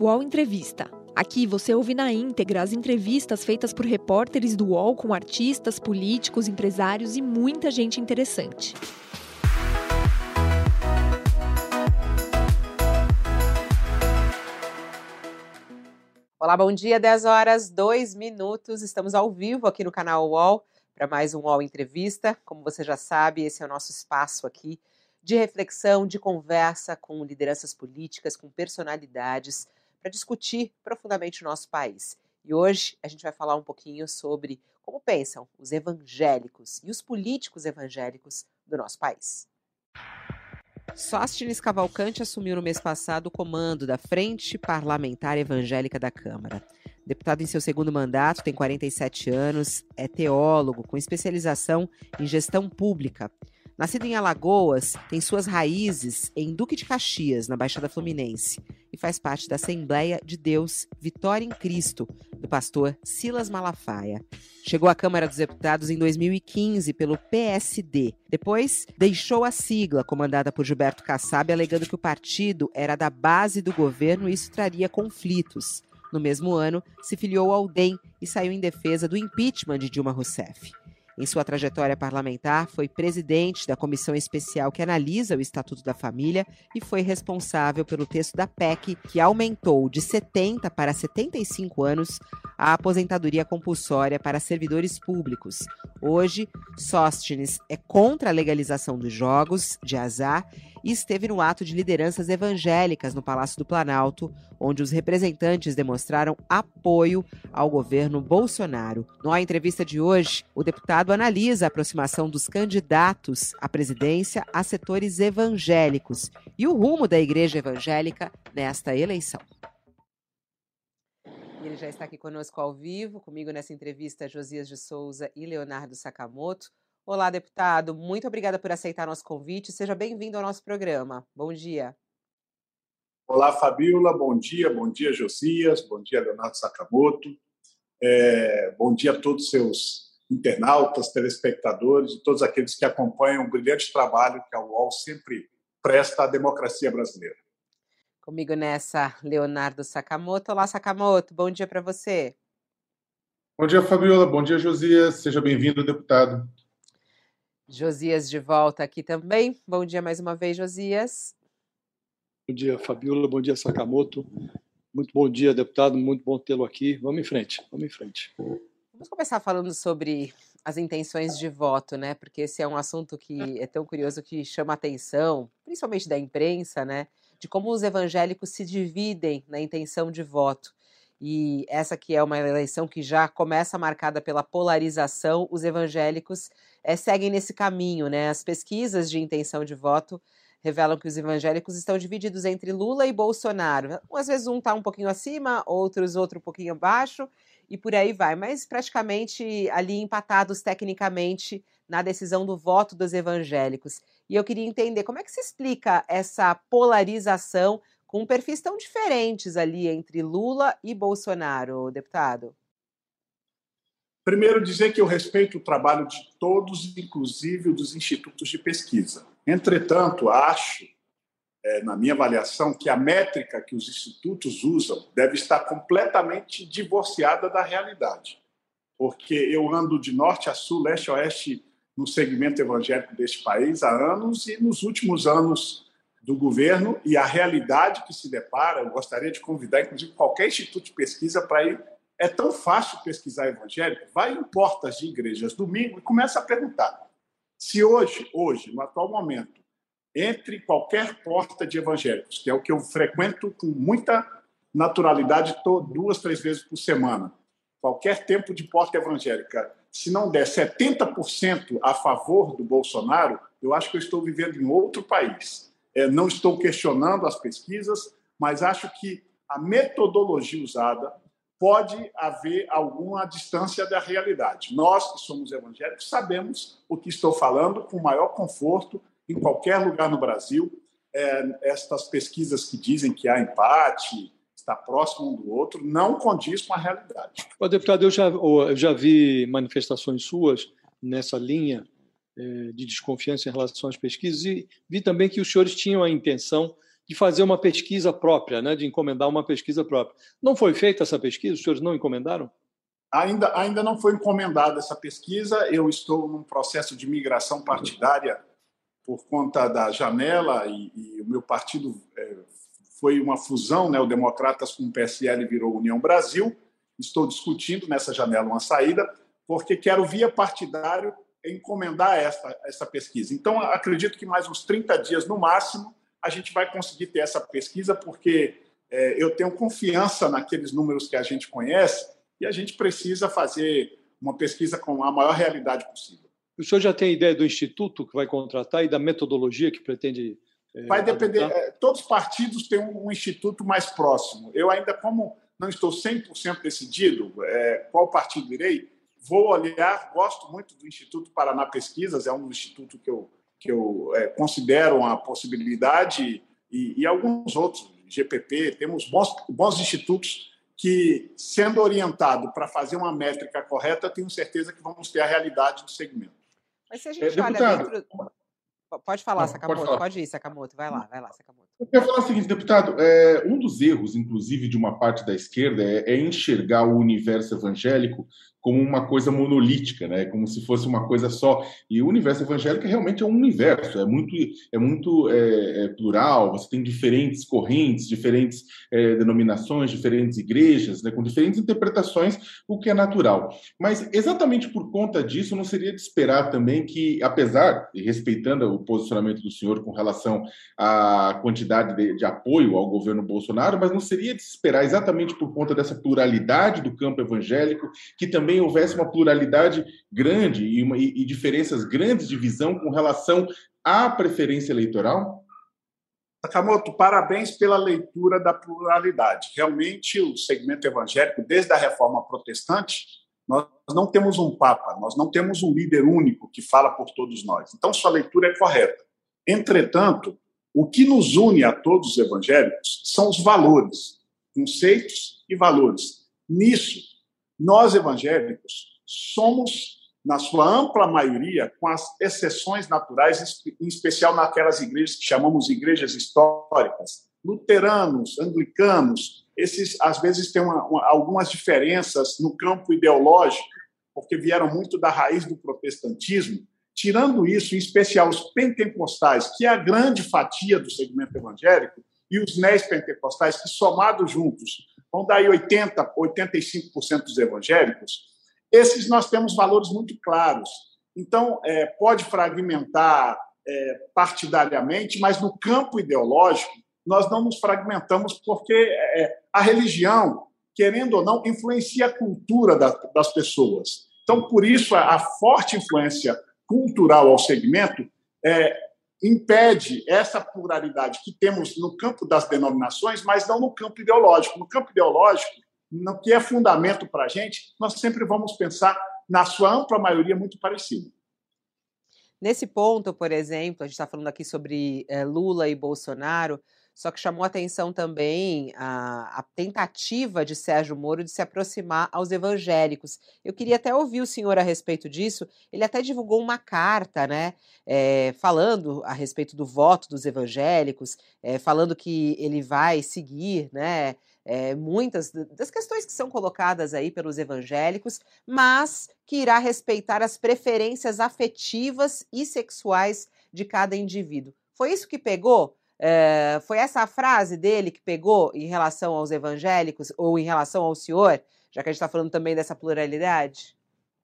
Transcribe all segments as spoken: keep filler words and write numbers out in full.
U O L Entrevista. Aqui você ouve na íntegra as entrevistas feitas por repórteres do U O L com artistas, políticos, empresários e muita gente interessante. Olá, bom dia, dez horas, dois minutos. Estamos ao vivo aqui no canal U O L para mais um U O L Entrevista. Como você já sabe, esse é o nosso espaço aqui de reflexão, de conversa com lideranças políticas, com personalidades, para discutir profundamente o nosso país. E hoje a gente vai falar um pouquinho sobre como pensam os evangélicos e os políticos evangélicos do nosso país. Sóstenes Cavalcante assumiu no mês passado o comando da Frente Parlamentar Evangélica da Câmara. Deputado em seu segundo mandato, tem quarenta e sete anos, é teólogo com especialização em gestão pública. Nascido em Alagoas, tem suas raízes em Duque de Caxias, na Baixada Fluminense, e faz parte da Assembleia de Deus Vitória em Cristo, do pastor Silas Malafaia. Chegou à Câmara dos Deputados em dois mil e quinze pelo P S D. Depois, deixou a sigla, comandada por Gilberto Kassab, alegando que o partido era da base do governo e isso traria conflitos. No mesmo ano, se filiou ao D E M e saiu em defesa do impeachment de Dilma Rousseff. Em sua trajetória parlamentar, foi presidente da comissão especial que analisa o Estatuto da Família e foi responsável pelo texto da P E C que aumentou de setenta para setenta e cinco anos a aposentadoria compulsória para servidores públicos. Hoje, Sóstenes é contra a legalização dos jogos de azar e esteve no ato de lideranças evangélicas no Palácio do Planalto, onde os representantes demonstraram apoio ao governo Bolsonaro. Na entrevista de hoje, o deputado analisa a aproximação dos candidatos à presidência a setores evangélicos e o rumo da igreja evangélica nesta eleição. E ele já está aqui conosco ao vivo, comigo nessa entrevista, Josias de Souza e Leonardo Sakamoto. Olá, deputado, muito obrigada por aceitar nosso convite. Seja bem-vindo ao nosso programa. Bom dia. Olá, Fabíola. Bom dia. Bom dia, Josias. Bom dia, Leonardo Sakamoto. É, bom dia a todos os seus internautas, telespectadores e todos aqueles que acompanham o brilhante trabalho que a U O L sempre presta à democracia brasileira. Comigo nessa, Leonardo Sakamoto. Olá, Sakamoto. Bom dia para você. Bom dia, Fabíola. Bom dia, Josias. Seja bem-vindo, deputado. Josias de volta aqui também. Bom dia mais uma vez, Josias. Bom dia, Fabíola. Bom dia, Sakamoto. Muito bom dia, deputado. Muito bom tê-lo aqui. Vamos em frente. Vamos em frente. Vamos começar falando sobre as intenções de voto, né? Porque esse é um assunto que é tão curioso, que chama a atenção, principalmente da imprensa, né? De como os evangélicos se dividem na intenção de voto. E essa que é uma eleição que já começa marcada pela polarização, os evangélicos é, seguem nesse caminho, né? As pesquisas de intenção de voto revelam que os evangélicos estão divididos entre Lula e Bolsonaro. Às vezes um está um pouquinho acima, outros outro um pouquinho abaixo, e por aí vai. Mas praticamente ali empatados tecnicamente na decisão do voto dos evangélicos. E eu queria entender como é que se explica essa polarização com perfis tão diferentes ali entre Lula e Bolsonaro, deputado? Primeiro, dizer que eu respeito o trabalho de todos, inclusive o dos institutos de pesquisa. Entretanto, acho, é, na minha avaliação, que a métrica que os institutos usam deve estar completamente divorciada da realidade. Porque eu ando de norte a sul, leste a oeste, no segmento evangélico deste país há anos e nos últimos anos do governo, e a realidade que se depara, eu gostaria de convidar, inclusive, qualquer instituto de pesquisa para ir. É tão fácil pesquisar evangélico, vai em portas de igrejas domingo e começa a perguntar se hoje, hoje, no atual momento, entre qualquer porta de evangélicos, que é o que eu frequento com muita naturalidade duas, três vezes por semana, qualquer tempo de porta evangélica, se não der setenta por cento a favor do Bolsonaro, eu acho que eu estou vivendo em outro país. É, não estou questionando as pesquisas, mas acho que a metodologia usada pode haver alguma distância da realidade. Nós, que somos evangélicos, sabemos o que estou falando com maior conforto em qualquer lugar no Brasil. É, estas pesquisas que dizem que há empate, está próximo um do outro, não condiz com a realidade. Ô, deputado, eu já, eu já vi manifestações suas nessa linha de desconfiança em relação às pesquisas e vi também que os senhores tinham a intenção de fazer uma pesquisa própria, né, de encomendar uma pesquisa própria. Não foi feita essa pesquisa? Os senhores não encomendaram? Ainda, ainda não foi encomendada essa pesquisa. Eu estou num processo de migração partidária por conta da janela e, e o meu partido é, foi uma fusão, né, o Democratas com o P S L virou União Brasil. Estou discutindo nessa janela uma saída, porque quero, via partidário, encomendar essa, essa pesquisa. Então, acredito que mais uns trinta dias, no máximo, a gente vai conseguir ter essa pesquisa, porque é, eu tenho confiança naqueles números que a gente conhece e a gente precisa fazer uma pesquisa com a maior realidade possível. O senhor já tem ideia do instituto que vai contratar e da metodologia que pretende é, vai depender. adotar? Todos os partidos têm um, um instituto mais próximo. Eu ainda, como não estou cem por cento decidido é, qual partido irei, vou olhar, gosto muito do Instituto Paraná Pesquisas, é um instituto que eu, que eu é, considero uma possibilidade, e, e alguns outros, G P P, temos bons, bons institutos que, sendo orientado para fazer uma métrica correta, tenho certeza que vamos ter a realidade do segmento. Mas se a gente É, olha deputado, dentro... Pode falar, Não, Sakamoto, pode falar. pode ir, Sakamoto, vai lá, vai lá, Sakamoto. Eu quero falar o seguinte, deputado, é, um dos erros, inclusive, de uma parte da esquerda é, é enxergar o universo evangélico como uma coisa monolítica, né? Como se fosse uma coisa só. E o universo evangélico realmente é um universo, é muito, é muito é, é plural, você tem diferentes correntes, diferentes é, denominações, diferentes igrejas, né? Com diferentes interpretações, o que é natural. Mas exatamente por conta disso, não seria de esperar também que, apesar, e respeitando o posicionamento do senhor com relação à quantidade de, de apoio ao governo Bolsonaro, mas não seria de esperar exatamente por conta dessa pluralidade do campo evangélico, que também houvesse uma pluralidade grande e, uma, e, e diferenças grandes de visão com relação à preferência eleitoral? Sakamoto, parabéns pela leitura da pluralidade. Realmente, o segmento evangélico, desde a reforma protestante, nós não temos um papa, nós não temos um líder único que fala por todos nós. Então, sua leitura é correta. Entretanto, o que nos une a todos os evangélicos são os valores, conceitos e valores. Nisso, nós, evangélicos, somos, na sua ampla maioria, com as exceções naturais, em especial naquelas igrejas que chamamos igrejas históricas, luteranos, anglicanos, esses, às vezes, têm uma, uma, algumas diferenças no campo ideológico, porque vieram muito da raiz do protestantismo. Tirando isso, em especial os pentecostais, que é a grande fatia do segmento evangélico, e os neopentecostais, que, somados juntos, vão dar aí oitenta, oitenta e cinco por cento dos evangélicos, esses nós temos valores muito claros. Então, é, pode fragmentar é, partidariamente, mas no campo ideológico, nós não nos fragmentamos porque é, a religião, querendo ou não, influencia a cultura da, das pessoas. Então, por isso, a, a forte influência cultural ao segmento é, impede essa pluralidade que temos no campo das denominações, mas não no campo ideológico. No campo ideológico, no que é fundamento para a gente, nós sempre vamos pensar, na sua ampla maioria, muito parecido. Nesse ponto, por exemplo, a gente está falando aqui sobre é, Lula e Bolsonaro, só que chamou atenção também a, a tentativa de Sérgio Moro de se aproximar aos evangélicos. Eu queria até ouvir o senhor a respeito disso. Ele até divulgou uma carta, né, é, falando a respeito do voto dos evangélicos, é, falando que ele vai seguir, né, é, muitas das questões que são colocadas aí pelos evangélicos, mas que irá respeitar as preferências afetivas e sexuais de cada indivíduo. Foi isso que pegou? É, foi essa a frase dele que pegou em relação aos evangélicos ou em relação ao senhor, já que a gente está falando também dessa pluralidade?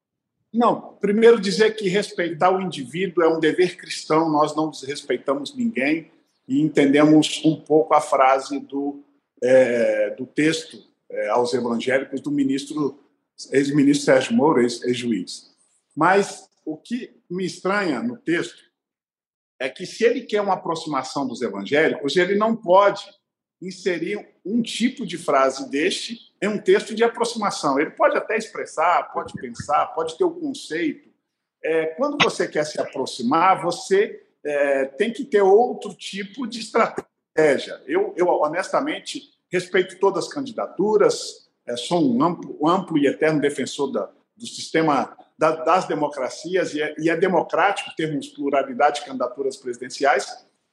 Não, primeiro dizer que respeitar o indivíduo é um dever cristão, nós não desrespeitamos ninguém e entendemos um pouco a frase do, é, do texto é, aos evangélicos do ministro, ex-ministro Sérgio Moro, ex-juiz. Mas o que me estranha no texto é que, se ele quer uma aproximação dos evangélicos, ele não pode inserir um tipo de frase deste em um texto de aproximação. Ele pode até expressar, pode pensar, pode ter o conceito. É, quando você quer se aproximar, você é, tem que ter outro tipo de estratégia. Eu, eu honestamente, respeito todas as candidaturas, é, sou um amplo, um amplo e eterno defensor da, do sistema das democracias, e é, e é democrático termos pluralidade de candidaturas presidenciais,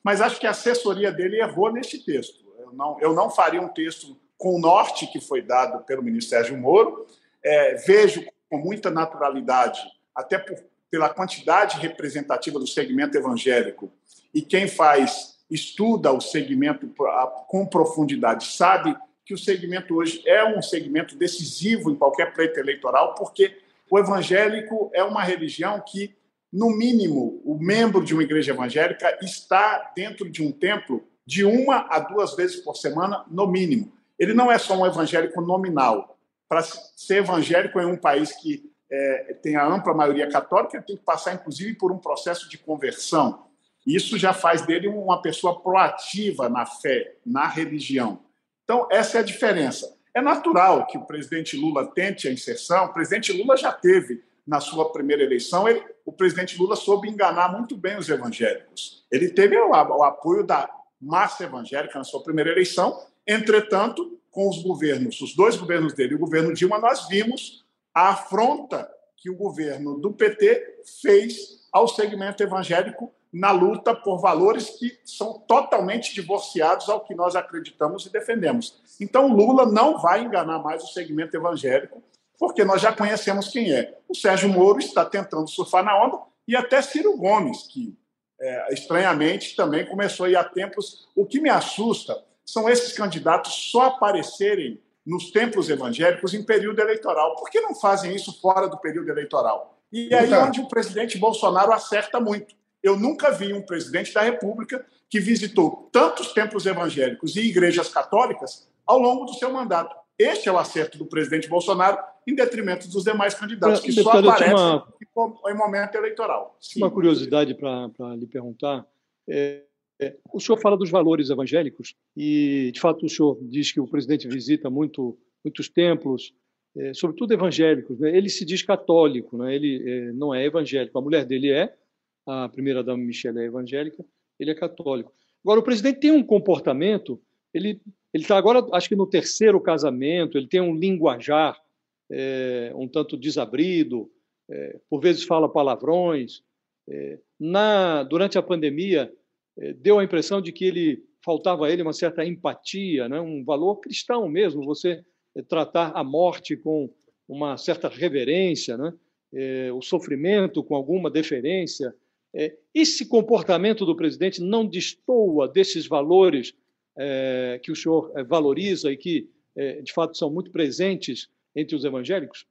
mas acho que a assessoria dele errou neste texto. Eu não, eu não faria um texto com o norte que foi dado pelo ministro Sérgio Moro. É, vejo com muita naturalidade, até por, pela quantidade representativa do segmento evangélico, e quem faz, estuda o segmento com profundidade, sabe que o segmento hoje é um segmento decisivo em qualquer pleito eleitoral, porque o evangélico é uma religião que, no mínimo, o membro de uma igreja evangélica está dentro de um templo de uma a duas vezes por semana, no mínimo. Ele não é só um evangélico nominal. Para ser evangélico em um país que é, tem a ampla maioria católica, ele tem que passar, inclusive, por um processo de conversão. Isso já faz dele uma pessoa proativa na fé, na religião. Então, essa é a diferença. É natural que o presidente Lula tente a inserção. O presidente Lula já teve, na sua primeira eleição, ele, o presidente Lula soube enganar muito bem os evangélicos. Ele teve o, o apoio da massa evangélica na sua primeira eleição. Entretanto, com os governos, os dois governos dele e o governo Dilma, nós vimos a afronta que o governo do P T fez ao segmento evangélico na luta por valores que são totalmente divorciados ao que nós acreditamos e defendemos. Então, Lula não vai enganar mais o segmento evangélico, porque nós já conhecemos quem é. O Sérgio Moro está tentando surfar na onda, e até Ciro Gomes, que, é, estranhamente, também começou a ir a templos. O que me assusta são esses candidatos só aparecerem nos templos evangélicos em período eleitoral. Por que não fazem isso fora do período eleitoral? E aí é onde o presidente Bolsonaro acerta muito. Eu nunca vi um presidente da República que visitou tantos templos evangélicos e igrejas católicas ao longo do seu mandato. Este é o acerto do presidente Bolsonaro, em detrimento dos demais candidatos, que só aparecem uma... em momento eleitoral. Sim. Uma curiosidade para lhe perguntar. É, é, o senhor fala dos valores evangélicos e, de fato, o senhor diz que o presidente visita muito, muitos templos, é, sobretudo evangélicos, né? Ele se diz católico, né? Ele é, não é evangélico. A mulher dele é, a primeira-dama Michelle é evangélica, ele é católico. Agora, o presidente tem um comportamento, ele ele está agora, acho que no terceiro casamento, ele tem um linguajar é, um tanto desabrido, é, por vezes fala palavrões. É, na, durante a pandemia, é, deu a impressão de que ele faltava a ele uma certa empatia, né? Um valor cristão mesmo, você é, tratar a morte com uma certa reverência, né? É, o sofrimento com alguma deferência. É, esse comportamento do presidente não destoa desses valores é, que o senhor é, valoriza e que, é, de fato, são muito presentes entre os evangélicos?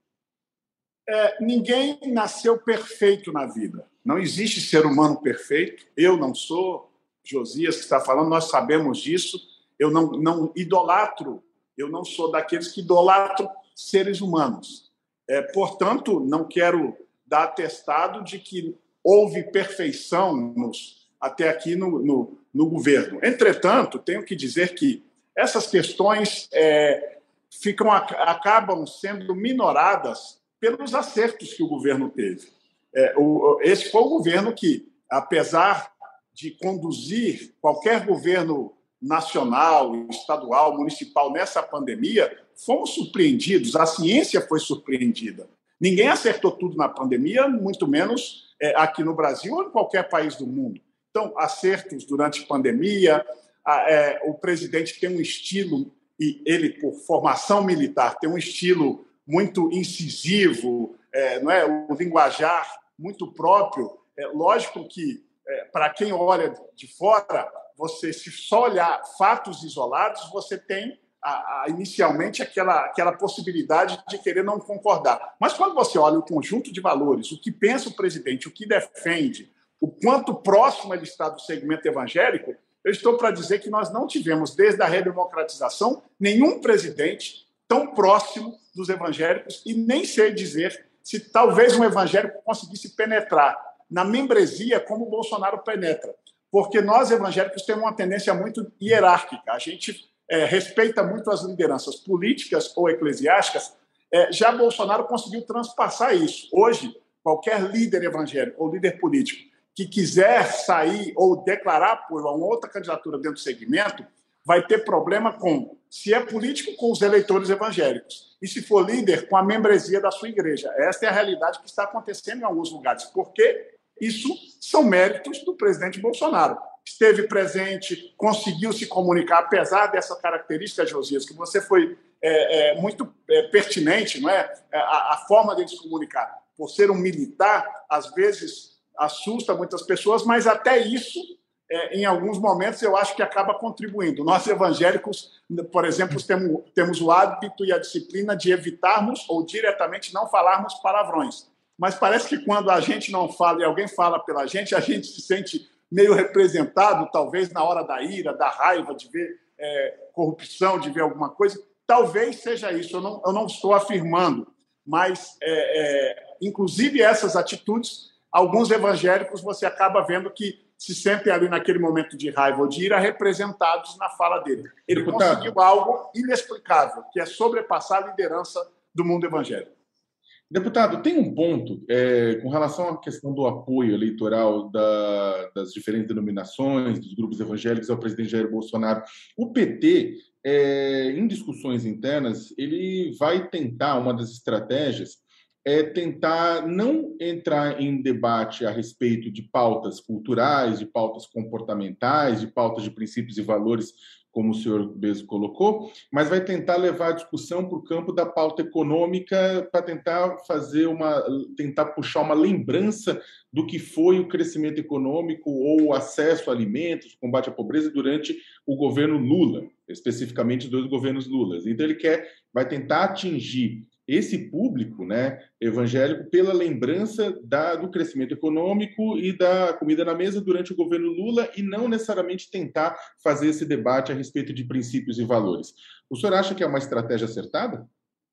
É, ninguém nasceu perfeito na vida. Não existe ser humano perfeito. Eu não sou. Josias, que está falando, nós sabemos disso. Eu não, não idolatro, eu não sou daqueles que idolatram seres humanos. É, portanto, não quero dar atestado de que houve perfeição nos, até aqui no, no, no governo. Entretanto, tenho que dizer que essas questões é, ficam, acabam sendo minoradas pelos acertos que o governo teve. É, o, esse foi o governo que, apesar de conduzir qualquer governo nacional, estadual, municipal nessa pandemia, fomos surpreendidos, a ciência foi surpreendida. Ninguém acertou tudo na pandemia, muito menos é, aqui no Brasil ou em qualquer país do mundo. Então, acertos durante a pandemia, a, é, o presidente tem um estilo, e ele, por formação militar, tem um estilo muito incisivo, é, não é? O linguajar muito próprio. É lógico que, é, para quem olha de fora, você, se só olhar fatos isolados, você tem a, a, inicialmente aquela, aquela possibilidade de querer não concordar. Mas quando você olha o conjunto de valores, o que pensa o presidente, o que defende, o quanto próximo ele está do segmento evangélico, eu estou para dizer que nós não tivemos, desde a redemocratização, nenhum presidente tão próximo dos evangélicos, e nem sei dizer se talvez um evangélico conseguisse penetrar na membresia como o Bolsonaro penetra. Porque nós, evangélicos, temos uma tendência muito hierárquica. A gente é, respeita muito as lideranças políticas ou eclesiásticas. É, já Bolsonaro conseguiu transpassar isso. Hoje, qualquer líder evangélico ou líder político que quiser sair ou declarar apoio a uma outra candidatura dentro do segmento vai ter problema com, se é político, com os eleitores evangélicos. E se for líder, com a membresia da sua igreja. Esta é a realidade que está acontecendo em alguns lugares. Porque isso são méritos do presidente Bolsonaro. esteve presente, conseguiu se comunicar, apesar dessa característica, Josias, que você foi é, é, muito é, pertinente, não é? A, a forma dele se comunicar. Por ser um militar, às vezes assusta muitas pessoas, mas até isso, é, em alguns momentos, eu acho que acaba contribuindo. Nós, evangélicos, por exemplo, temos, temos o hábito e a disciplina de evitarmos ou diretamente não falarmos palavrões. Mas parece que quando a gente não fala e alguém fala pela gente, a gente se sente meio representado, talvez na hora da ira, da raiva, de ver é, corrupção, de ver alguma coisa. Talvez seja isso, eu não, eu não estou afirmando, mas, é, é, inclusive, essas atitudes, alguns evangélicos você acaba vendo que se sentem ali naquele momento de raiva ou de ira representados na fala dele. Ele Deputado. conseguiu algo inexplicável, que é sobrepassar a liderança do mundo evangélico. Deputado, tem um ponto é, com relação à questão do apoio eleitoral da, das diferentes denominações, dos grupos evangélicos ao presidente Jair Bolsonaro. O P T, é, em discussões internas, ele vai tentar, uma das estratégias, é tentar não entrar em debate a respeito de pautas culturais, de pautas comportamentais, de pautas de princípios e valores, como o senhor mesmo colocou, mas vai tentar levar a discussão para o campo da pauta econômica para tentar fazer uma, tentar puxar uma lembrança do que foi o crescimento econômico ou o acesso a alimentos, combate à pobreza durante o governo Lula, especificamente dos governos Lula. Então ele quer, vai tentar atingir esse público, né, evangélico pela lembrança da, do crescimento econômico e da comida na mesa durante o governo Lula e não necessariamente tentar fazer esse debate a respeito de princípios e valores. O senhor acha que é uma estratégia acertada?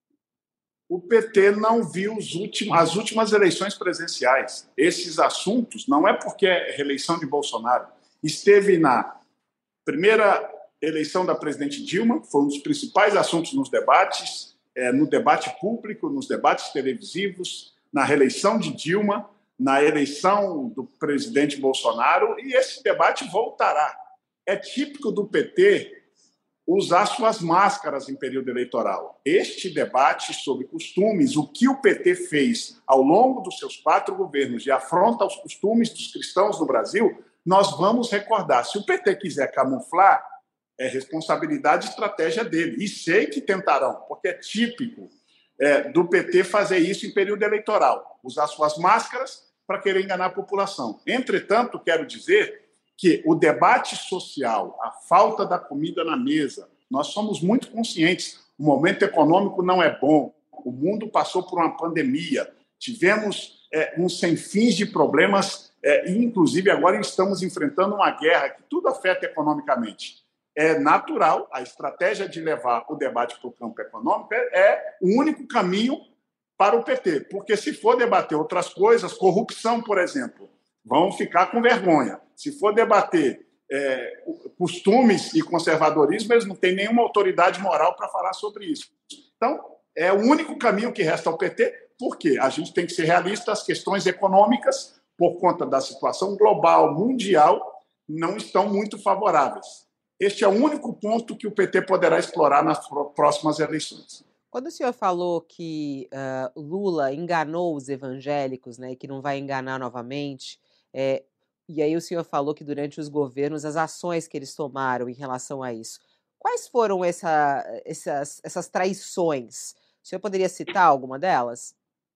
O P T não viu os últimos, as últimas eleições presidenciais. Esses assuntos, não é porque é reeleição de Bolsonaro, esteve na primeira eleição da presidente Dilma, foi um dos principais assuntos nos debates, É, no debate público, nos debates televisivos, na reeleição de Dilma, na eleição do presidente Bolsonaro, e esse debate voltará. É típico do P T usar suas máscaras em período eleitoral. Este debate sobre costumes, o que o P T fez ao longo dos seus quatro governos de afronta aos costumes dos cristãos no Brasil, nós vamos recordar. Se o P T quiser camuflar, é responsabilidade e estratégia dele. E sei que tentarão, porque é típico é, do P T fazer isso em período eleitoral, usar suas máscaras para querer enganar a população. Entretanto, quero dizer que o debate social, a falta da comida na mesa, nós somos muito conscientes. O momento econômico não é bom. O mundo passou por uma pandemia. Tivemos é, um sem fins de problemas é, e, inclusive, agora estamos enfrentando uma guerra que tudo afeta economicamente. É natural, a estratégia de levar o debate para o campo econômico é o único caminho para o P T, porque se for debater outras coisas, corrupção, por exemplo, vão ficar com vergonha. Se for debater é, costumes e conservadorismo, eles não têm nenhuma autoridade moral para falar sobre isso. Então, é o único caminho que resta ao P T, porque a gente tem que ser realista, as questões econômicas, por conta da situação global, mundial, não estão muito favoráveis. Este é o único ponto que o P T poderá explorar nas próximas eleições. Quando o senhor falou que uh, Lula enganou os evangélicos, né, e que não vai enganar novamente, é, e aí o senhor falou que durante os governos, as ações que eles tomaram em relação a isso, quais foram essa, essas, essas traições? O senhor poderia citar alguma delas?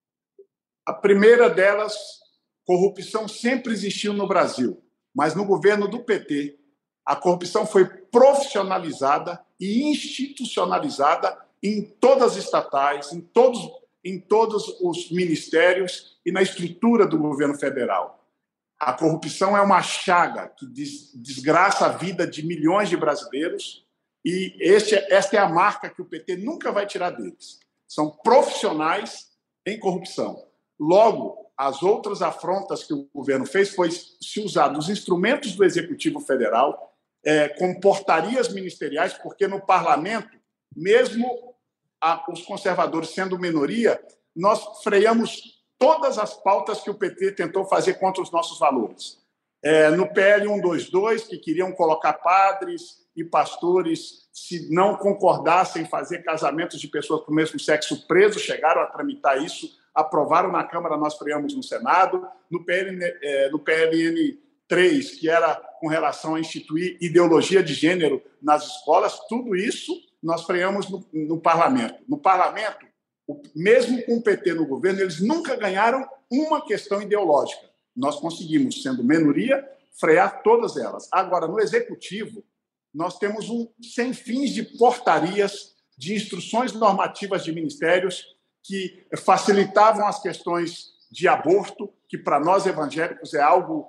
A primeira delas, corrupção sempre existiu no Brasil, mas no governo do P T, a corrupção foi profissionalizada e institucionalizada em todas as estatais, em todos, em todos os ministérios e na estrutura do governo federal. A corrupção é uma chaga que desgraça a vida de milhões de brasileiros e este, esta é a marca que o P T nunca vai tirar deles. São profissionais em corrupção. Logo, as outras afrontas que o governo fez foi se usar dos instrumentos do Executivo Federal, É, com portarias ministeriais, porque no parlamento, mesmo a, os conservadores sendo minoria, nós freamos todas as pautas que o P T tentou fazer contra os nossos valores. É, no P L cento e vinte e dois, que queriam colocar padres e pastores, se não concordassem em fazer casamentos de pessoas do mesmo sexo presos, chegaram a tramitar isso, aprovaram na Câmara, nós freamos no Senado. No P L, é, no P L N três, que era com relação a instituir ideologia de gênero nas escolas, tudo isso nós freamos no, no parlamento. No parlamento, o, mesmo com o P T no governo, eles nunca ganharam uma questão ideológica. Nós conseguimos, sendo minoria, frear todas elas. Agora, no executivo, nós temos um sem fins de portarias, de instruções normativas de ministérios que facilitavam as questões de aborto, que para nós evangélicos é algo,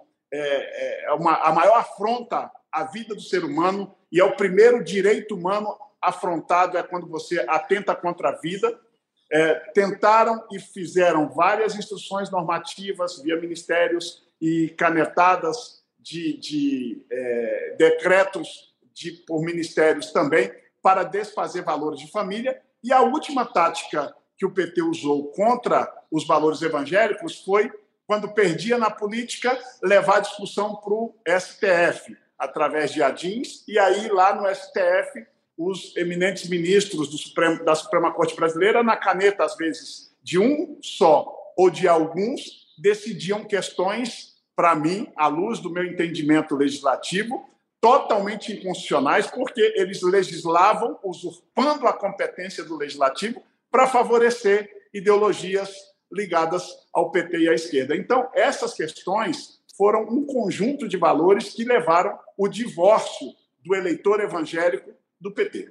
é, é uma, a maior afronta à vida do ser humano, e é o primeiro direito humano afrontado, é quando você atenta contra a vida. É, tentaram e fizeram várias instruções normativas via ministérios e canetadas de, de é, decretos de, por ministérios também, para desfazer valores de família. E a última tática que o P T usou contra os valores evangélicos foi, quando perdia na política, levar a discussão para o S T F, através de adins, e aí lá no S T F os eminentes ministros do Supremo, da Suprema Corte Brasileira, na caneta, às vezes, de um só ou de alguns, decidiam questões, para mim, à luz do meu entendimento legislativo, totalmente inconstitucionais, porque eles legislavam usurpando a competência do legislativo para favorecer ideologias ligadas ao P T e à esquerda. Então, essas questões foram um conjunto de valores que levaram o divórcio do eleitor evangélico do P T.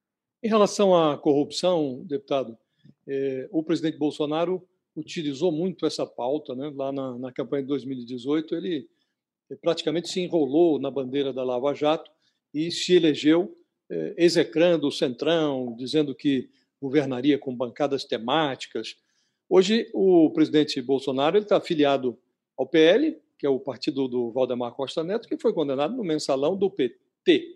Em relação à corrupção, deputado, eh, o presidente Bolsonaro utilizou muito essa pauta, né? Lá na, na campanha de dois mil e dezoito, ele praticamente se enrolou na bandeira da Lava Jato e se elegeu eh, execrando o Centrão, dizendo que governaria com bancadas temáticas. Hoje, o presidente Bolsonaro está afiliado ao P L, que é o partido do Valdemar Costa Neto, que foi condenado no mensalão do P T.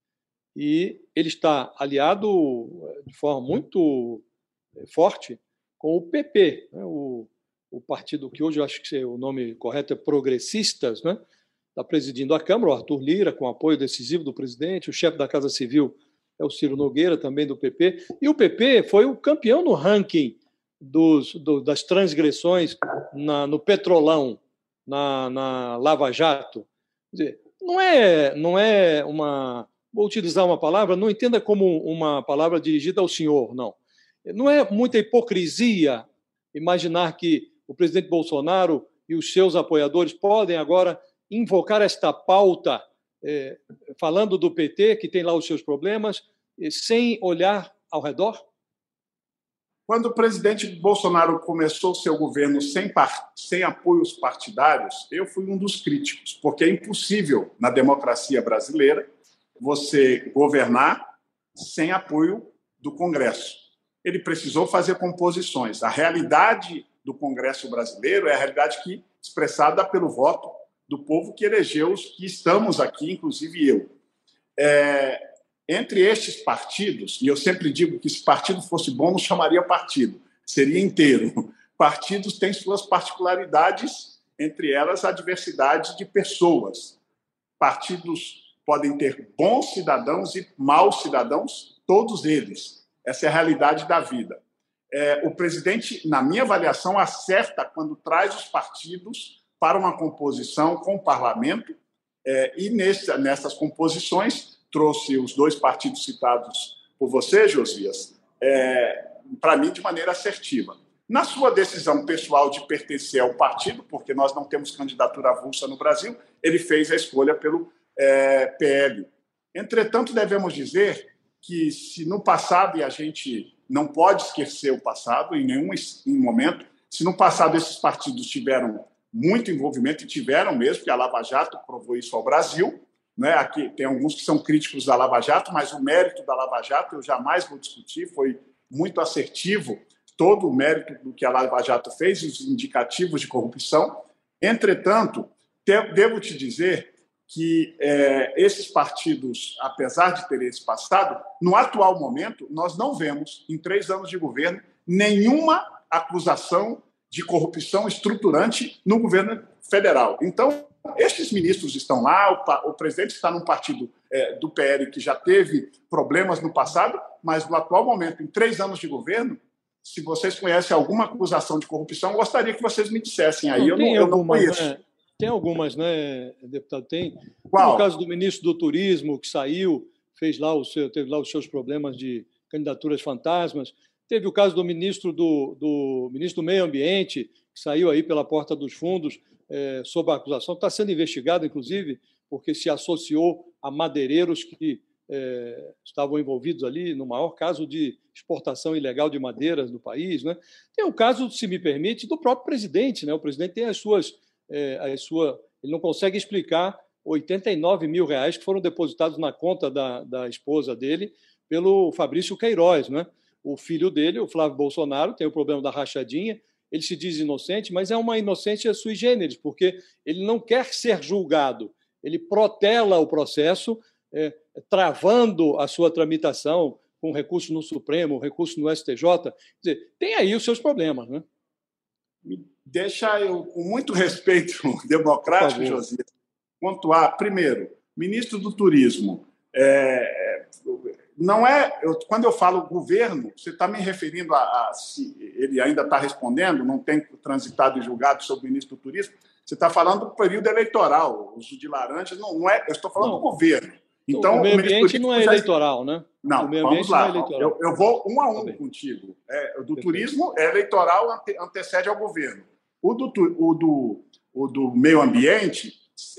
E ele está aliado de forma muito forte com o P P, né? o, o partido que hoje eu acho que o nome correto é Progressistas, né? Está presidindo a Câmara, o Arthur Lira, com apoio decisivo do presidente, o chefe da Casa Civil é o Ciro Nogueira, também do P P, e o P P foi o campeão no ranking dos, do, das transgressões na, no Petrolão, na, na Lava Jato. Quer dizer, não é, não é uma... Vou utilizar uma palavra, não entenda como uma palavra dirigida ao senhor, não. Não é muita hipocrisia imaginar que o presidente Bolsonaro e os seus apoiadores podem agora invocar esta pauta, eh, falando do P T, que tem lá os seus problemas, eh, sem olhar ao redor? Quando o presidente Bolsonaro começou seu governo sem, par... sem apoios partidários, eu fui um dos críticos, porque é impossível, na democracia brasileira, você governar sem apoio do Congresso. Ele precisou fazer composições. A realidade do Congresso brasileiro é a realidade que, expressada pelo voto do povo que elegeu os que estamos aqui, inclusive eu. É, entre estes partidos, e eu sempre digo que se partido fosse bom, não chamaria partido, seria inteiro. Partidos têm suas particularidades, entre elas a diversidade de pessoas. Partidos podem ter bons cidadãos e maus cidadãos, todos eles. Essa é a realidade da vida. É, o presidente, na minha avaliação, acerta quando traz os partidos para uma composição com o parlamento, é, e nesse, nessas composições trouxe os dois partidos citados por você, Josias, é, para mim, de maneira assertiva. Na sua decisão pessoal de pertencer ao partido, porque nós não temos candidatura avulsa no Brasil, ele fez a escolha pelo É, P L. Entretanto, devemos dizer que, se no passado, e a gente não pode esquecer o passado em nenhum momento, se no passado esses partidos tiveram muito envolvimento, e tiveram mesmo, porque a Lava Jato provou isso ao Brasil, né? Aqui tem alguns que são críticos da Lava Jato, mas o mérito da Lava Jato eu jamais vou discutir, foi muito assertivo todo o mérito do que a Lava Jato fez e os indicativos de corrupção. Entretanto, devo te dizer que é, esses partidos, apesar de terem esse passado, no atual momento, nós não vemos, em três anos de governo, nenhuma acusação de corrupção estruturante no governo federal. Então, estes ministros estão lá, o, o presidente está num partido é, do P L que já teve problemas no passado, mas no atual momento, em três anos de governo, se vocês conhecem alguma acusação de corrupção, gostaria que vocês me dissessem aí. Não, eu, não, tem eu alguma, não conheço. Né? Tem algumas, né, deputado? Tem. Qual? No caso do ministro do Turismo, que saiu, fez lá o seu, teve lá os seus problemas de candidaturas fantasmas. Teve o caso do ministro do, do, ministro do Meio Ambiente, que saiu aí pela porta dos fundos, é, sob a acusação. Está sendo investigado, inclusive, porque se associou a madeireiros que é, estavam envolvidos ali no maior caso de exportação ilegal de madeiras do país, né? Tem o caso, se me permite, do próprio presidente, né? O presidente tem as suas... É, a sua, ele não consegue explicar oitenta e nove mil reais que foram depositados na conta da, da esposa dele pelo Fabrício Queiroz, né? O filho dele, o Flávio Bolsonaro, tem o problema da rachadinha, ele se diz inocente, mas é uma inocência sui generis, porque ele não quer ser julgado, ele protela o processo, é, travando a sua tramitação com recurso no Supremo, recurso no S T J. Quer dizer, tem aí os seus problemas, né? Deixa eu, com muito respeito democrático, Josias, pontuar. Primeiro, ministro do Turismo. É, não é, eu, quando eu falo governo, você está me referindo a, a se ele ainda está respondendo, não tem transitado e julgado sobre o ministro do Turismo. Você está falando do período eleitoral, o uso de laranjas. Não, não é, eu estou falando não. do governo. Então, o meio ambiente não é já... eleitoral, né? Não, o meio vamos lá. Não é eu, eu vou um a um tá contigo. É, o do Perfeito. Turismo é eleitoral, ante, antecede ao governo. O do, o do, o do meio ambiente,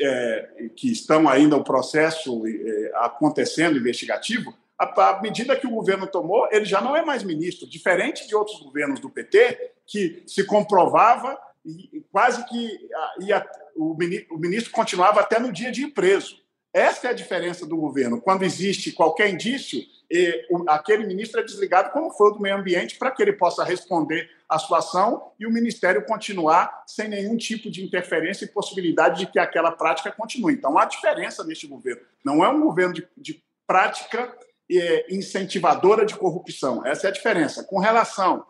é, que estão ainda o processo é, acontecendo, investigativo, à medida que o governo tomou, ele já não é mais ministro, diferente de outros governos do P T, que se comprovava e quase que ia, o, ministro, o ministro continuava até no dia de ir preso. Essa é a diferença do governo. Quando existe qualquer indício, eh, o, aquele ministro é desligado, como foi o do meio ambiente, para que ele possa responder à sua ação e o ministério continuar sem nenhum tipo de interferência e possibilidade de que aquela prática continue. Então, há diferença neste governo. Não é um governo de, de prática eh, incentivadora de corrupção. Essa é a diferença. Com relação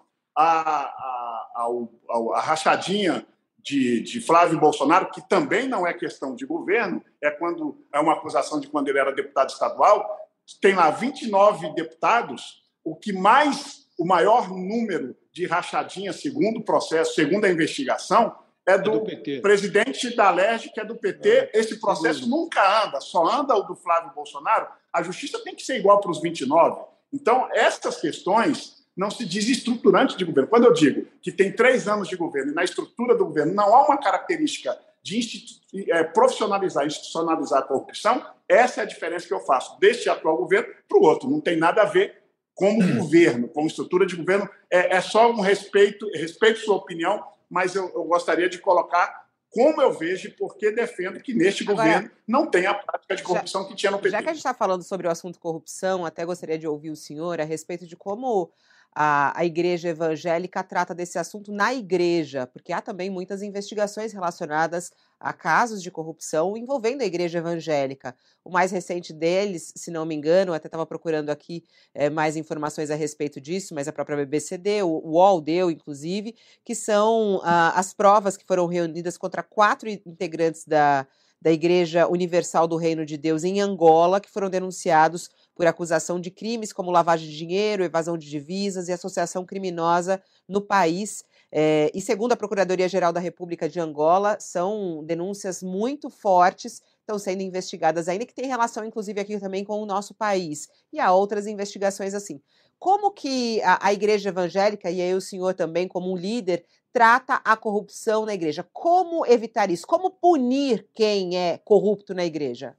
à a, a, a, a rachadinha De, de Flávio Bolsonaro, que também não é questão de governo, é quando é uma acusação de quando ele era deputado estadual, tem lá vinte e nove deputados, o que mais, o maior número de rachadinhas, segundo o processo, segundo a investigação, é do, é do P T. Presidente da Alerj, que é do P T. É, Esse processo sim. nunca anda, só anda o do Flávio Bolsonaro. A justiça tem que ser igual para os vinte e nove. Então, essas questões não se diz estruturante de governo. Quando eu digo que tem três anos de governo e na estrutura do governo não há uma característica de institu- é, profissionalizar, institucionalizar a corrupção, essa é a diferença que eu faço deste atual governo para o outro. Não tem nada a ver como governo, como estrutura de governo. É, é só um respeito, respeito sua opinião, mas eu, eu gostaria de colocar como eu vejo e por que defendo que neste Agora, governo não tem a prática de corrupção já, que tinha no P T. Já que a gente está falando sobre o assunto corrupção, até gostaria de ouvir o senhor a respeito de como A, a igreja evangélica trata desse assunto na igreja, porque há também muitas investigações relacionadas a casos de corrupção envolvendo a igreja evangélica. O mais recente deles, se não me engano, até estava procurando aqui é, mais informações a respeito disso, mas a própria B B C deu, o U O L deu, inclusive, que são ah, as provas que foram reunidas contra quatro integrantes da, da Igreja Universal do Reino de Deus em Angola, que foram denunciados por acusação de crimes como lavagem de dinheiro, evasão de divisas e associação criminosa no país. É, e segundo a Procuradoria-Geral da República de Angola, são denúncias muito fortes, estão sendo investigadas ainda, que tem relação, inclusive, aqui também com o nosso país. E há outras investigações assim. Como que a, a igreja evangélica, e aí o senhor também como um líder, trata a corrupção na igreja? Como evitar isso? Como punir quem é corrupto na igreja?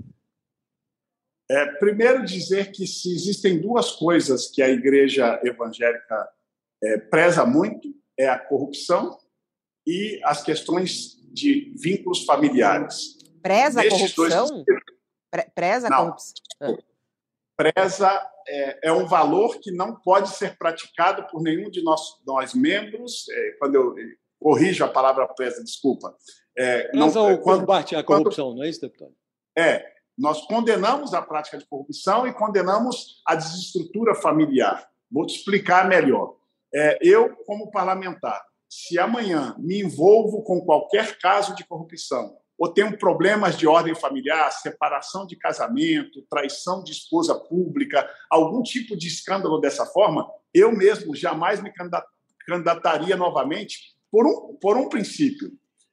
É, primeiro, dizer que se existem duas coisas que a igreja evangélica é, preza muito, é a corrupção e as questões de vínculos familiares. Preza a corrupção? Dois... Pre- preza a não, corrupção? Preza é, é um valor que não pode ser praticado por nenhum de nós, nós membros. É, quando eu corrijo a palavra preza, desculpa. É, preza não, ou quando, combate à corrupção, quando, não é isso, deputado? É. Nós condenamos a prática de corrupção e condenamos a desestrutura familiar. Vou te explicar melhor. É, eu, como parlamentar, se amanhã me envolvo com qualquer caso de corrupção ou tenho problemas de ordem familiar, separação de casamento, traição de esposa pública, algum tipo de escândalo dessa forma, eu mesmo jamais me candidataria novamente por um, por um princípio.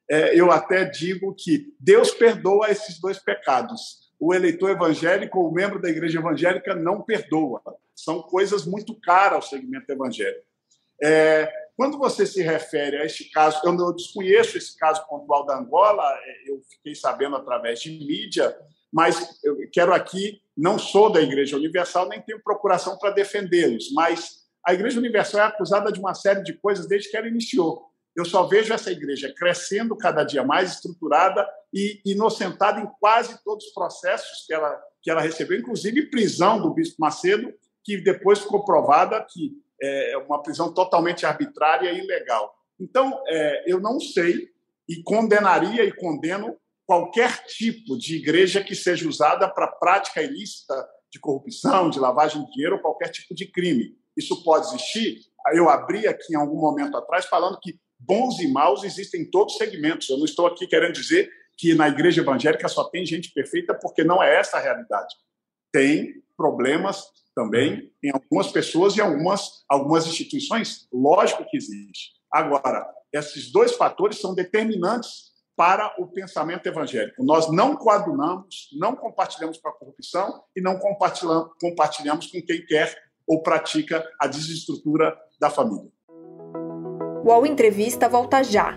é, eu até digo que Deus perdoa esses dois pecados. O eleitor evangélico ou o membro da igreja evangélica não perdoa. São coisas muito caras ao segmento evangélico. É, quando você se refere a este caso, eu não desconheço esse caso pontual da Angola, eu fiquei sabendo através de mídia, mas eu quero aqui, não sou da Igreja Universal, nem tenho procuração para defendê-los, mas a Igreja Universal é acusada de uma série de coisas desde que ela iniciou. Eu só vejo essa igreja crescendo cada dia mais, estruturada e inocentada em quase todos os processos que ela, que ela recebeu, inclusive prisão do bispo Macedo, que depois ficou provada que é uma prisão totalmente arbitrária e ilegal. Então, é, eu não sei e condenaria e condeno qualquer tipo de igreja que seja usada para prática ilícita de corrupção, de lavagem de dinheiro ou qualquer tipo de crime. Isso pode existir. Eu abri aqui em algum momento atrás falando que bons e maus existem em todos os segmentos. Eu não estou aqui querendo dizer que na igreja evangélica só tem gente perfeita, porque não é essa a realidade. Tem problemas também em algumas pessoas e algumas, algumas instituições, lógico que existe. Agora, esses dois fatores são determinantes para o pensamento evangélico. Nós não coadunamos, não compartilhamos com a corrupção e não compartilhamos, compartilhamos com quem quer ou pratica a desestrutura da família. O U O L Entrevista volta já.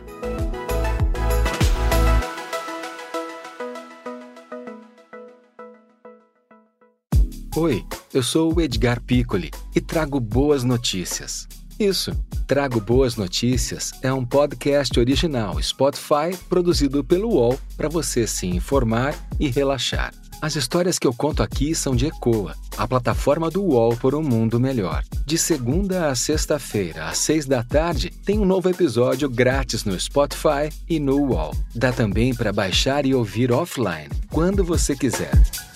Oi, eu sou o Edgar Piccoli e trago boas notícias. Isso, Trago Boas Notícias é um podcast original Spotify produzido pelo U O L para você se informar e relaxar. As histórias que eu conto aqui são de Ecoa, a plataforma do U O L por um mundo melhor. De segunda a sexta-feira, às seis da tarde, tem um novo episódio grátis no Spotify e no U O L. Dá também para baixar e ouvir offline, quando você quiser.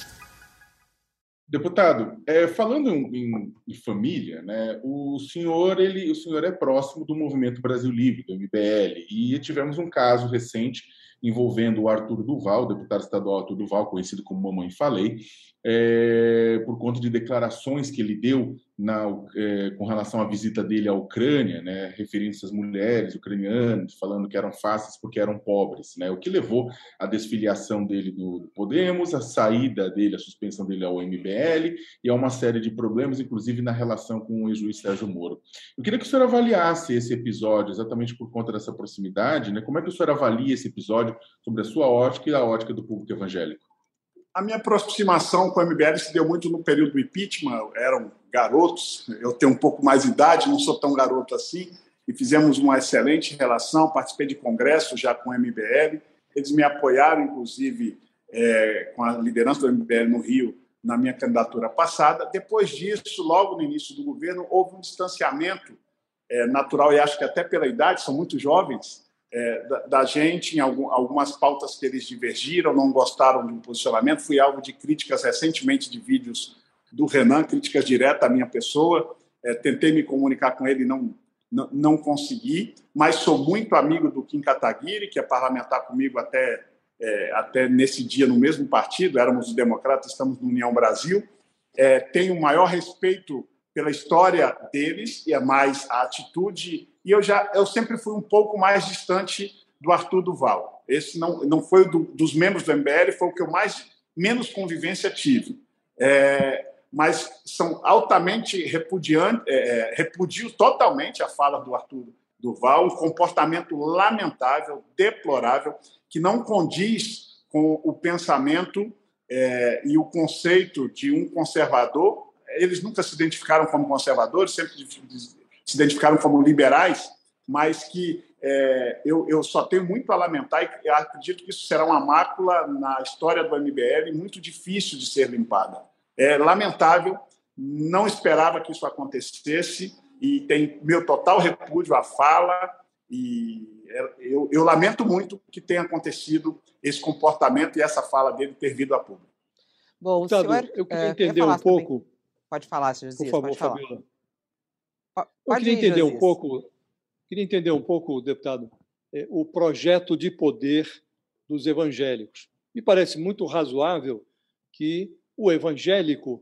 Deputado, é, falando em, em família, né, o senhor ele, o senhor é próximo do Movimento Brasil Livre, do M B L, e tivemos um caso recente envolvendo o Arthur Duval, o deputado estadual Arthur Duval, conhecido como Mamãe Falei, é, por conta de declarações que ele deu na, é, com relação à visita dele à Ucrânia, né, referindo-se às mulheres ucranianas, falando que eram fáceis porque eram pobres, né, o que levou à desfiliação dele do, do Podemos, a saída dele, a suspensão dele ao M B L e a uma série de problemas, inclusive na relação com o ex-juiz Sérgio Moro. Eu queria que o senhor avaliasse esse episódio, exatamente por conta dessa proximidade, né, como é que o senhor avalia esse episódio sobre a sua ótica e a ótica do público evangélico? A minha aproximação com o M B L se deu muito no período do impeachment, eram garotos, eu tenho um pouco mais de idade, não sou tão garoto assim, e fizemos uma excelente relação, participei de congresso já com o M B L, eles me apoiaram, inclusive, é, com a liderança do M B L no Rio, na minha candidatura passada. Depois disso, logo no início do governo, houve um distanciamento é, natural, e acho que até pela idade, são muito jovens, É, da, da gente em algum, algumas pautas que eles divergiram, não gostaram de um posicionamento. Fui alvo de críticas recentemente de vídeos do Renan, críticas diretas à minha pessoa. É, tentei me comunicar com ele e não, não, não consegui, mas sou muito amigo do Kim Kataguiri, que é parlamentar comigo até, é, até nesse dia no mesmo partido, éramos os democratas, estamos no União Brasil. É, tenho o maior respeito pela história deles e é mais a atitude. E eu, já, eu sempre fui um pouco mais distante do Arthur Duval. Esse não, não foi o do, dos membros do M B L, foi o que eu mais menos convivência tive. É, mas são altamente repudiantes, é, repudio totalmente a fala do Arthur Duval, um comportamento lamentável, deplorável, que não condiz com o pensamento é, e o conceito de um conservador. Eles nunca se identificaram como conservadores, sempre se identificaram como liberais, mas que é, eu, eu só tenho muito a lamentar e acredito que isso será uma mácula na história do M B L muito difícil de ser limpada. É lamentável, não esperava que isso acontecesse e tem meu total repúdio à fala e eu, eu lamento muito que tenha acontecido esse comportamento e essa fala dele ter vindo a público. Bom, o Deputado, senhor, eu queria é, entender um pouco... Também. Pode falar, senhor Josias, por favor, pode falar. Fabiola. Pode eu queria ir, entender Josias. um pouco, queria entender um pouco, deputado, é, o projeto de poder dos evangélicos. Me parece muito razoável que o evangélico,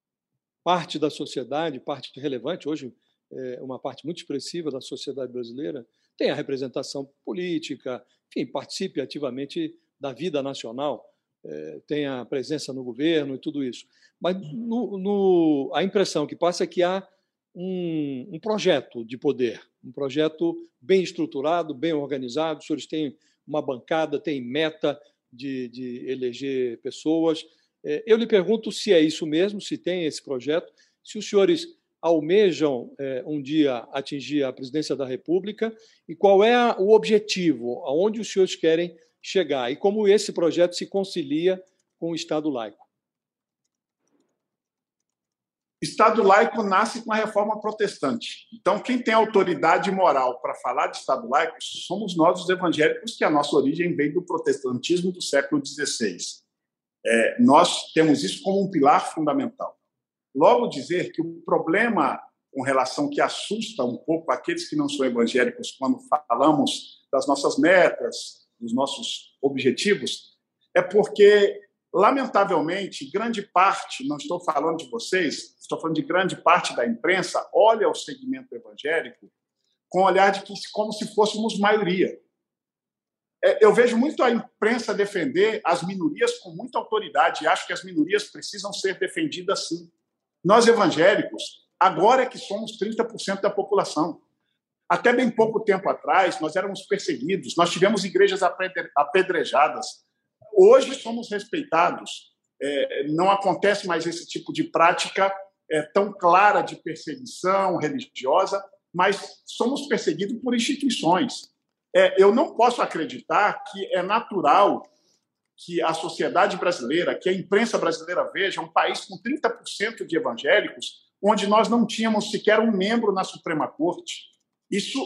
parte da sociedade, parte relevante, hoje é uma parte muito expressiva da sociedade brasileira, tenha representação política, enfim, participe ativamente da vida nacional, eh, tenha presença no governo e tudo isso. Mas no, no, a impressão que passa é que há um, um projeto de poder, um projeto bem estruturado, bem organizado. Os senhores têm uma bancada, têm meta de, de eleger pessoas. Eu lhe pergunto se é isso mesmo, se tem esse projeto, se os senhores almejam eh, um dia atingir a presidência da República e qual é o objetivo, aonde os senhores querem chegar e como esse projeto se concilia com o Estado laico. Estado laico nasce com a reforma protestante. Então, quem tem autoridade moral para falar de Estado laico somos nós, os evangélicos, que a nossa origem vem do protestantismo do século dezesseis. É, nós temos isso como um pilar fundamental. Logo, dizer que o problema com relação que assusta um pouco aqueles que não são evangélicos quando falamos das nossas metas, dos nossos objetivos, é porque, lamentavelmente, grande parte, não estou falando de vocês, estou falando de grande parte da imprensa, olha o segmento evangélico com o olhar de que, como se fôssemos maioria. Eu vejo muito a imprensa defender as minorias com muita autoridade e acho que as minorias precisam ser defendidas sim. Nós, evangélicos, agora é que somos trinta por cento da população. Até bem pouco tempo atrás, nós éramos perseguidos, nós tivemos igrejas apedrejadas. Hoje somos respeitados. É, não acontece mais esse tipo de prática é, tão clara de perseguição religiosa, mas somos perseguidos por instituições. É, eu não posso acreditar que é natural que a sociedade brasileira, que a imprensa brasileira veja um país com trinta por cento de evangélicos, onde nós não tínhamos sequer um membro na Suprema Corte. Isso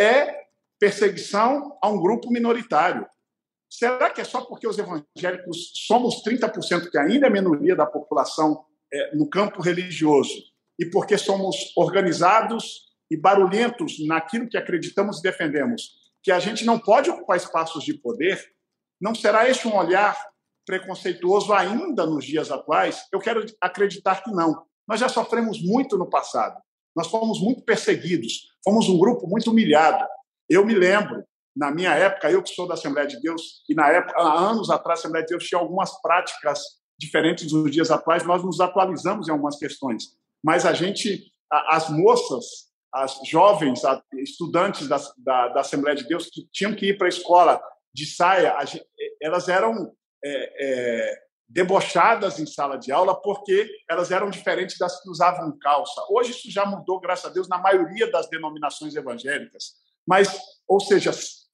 é perseguição a um grupo minoritário. Será que é só porque os evangélicos somos trinta por cento, que ainda é minoria da população é, no campo religioso, e porque somos organizados e barulhentos naquilo que acreditamos e defendemos, que a gente não pode ocupar espaços de poder? Não será este um olhar preconceituoso ainda nos dias atuais? Eu quero acreditar que não. Nós já sofremos muito no passado. Nós fomos muito perseguidos. Fomos um grupo muito humilhado. Eu me lembro, na minha época, eu que sou da Assembleia de Deus, e na época, há anos atrás, a Assembleia de Deus tinha algumas práticas diferentes dos dias atuais, nós nos atualizamos em algumas questões. Mas a gente, as moças, as jovens, as estudantes da, da, da Assembleia de Deus que tinham que ir para a escola de saia, elas eram é, é, debochadas em sala de aula porque elas eram diferentes das que usavam calça. Hoje isso já mudou, graças a Deus, na maioria das denominações evangélicas. Mas, ou seja,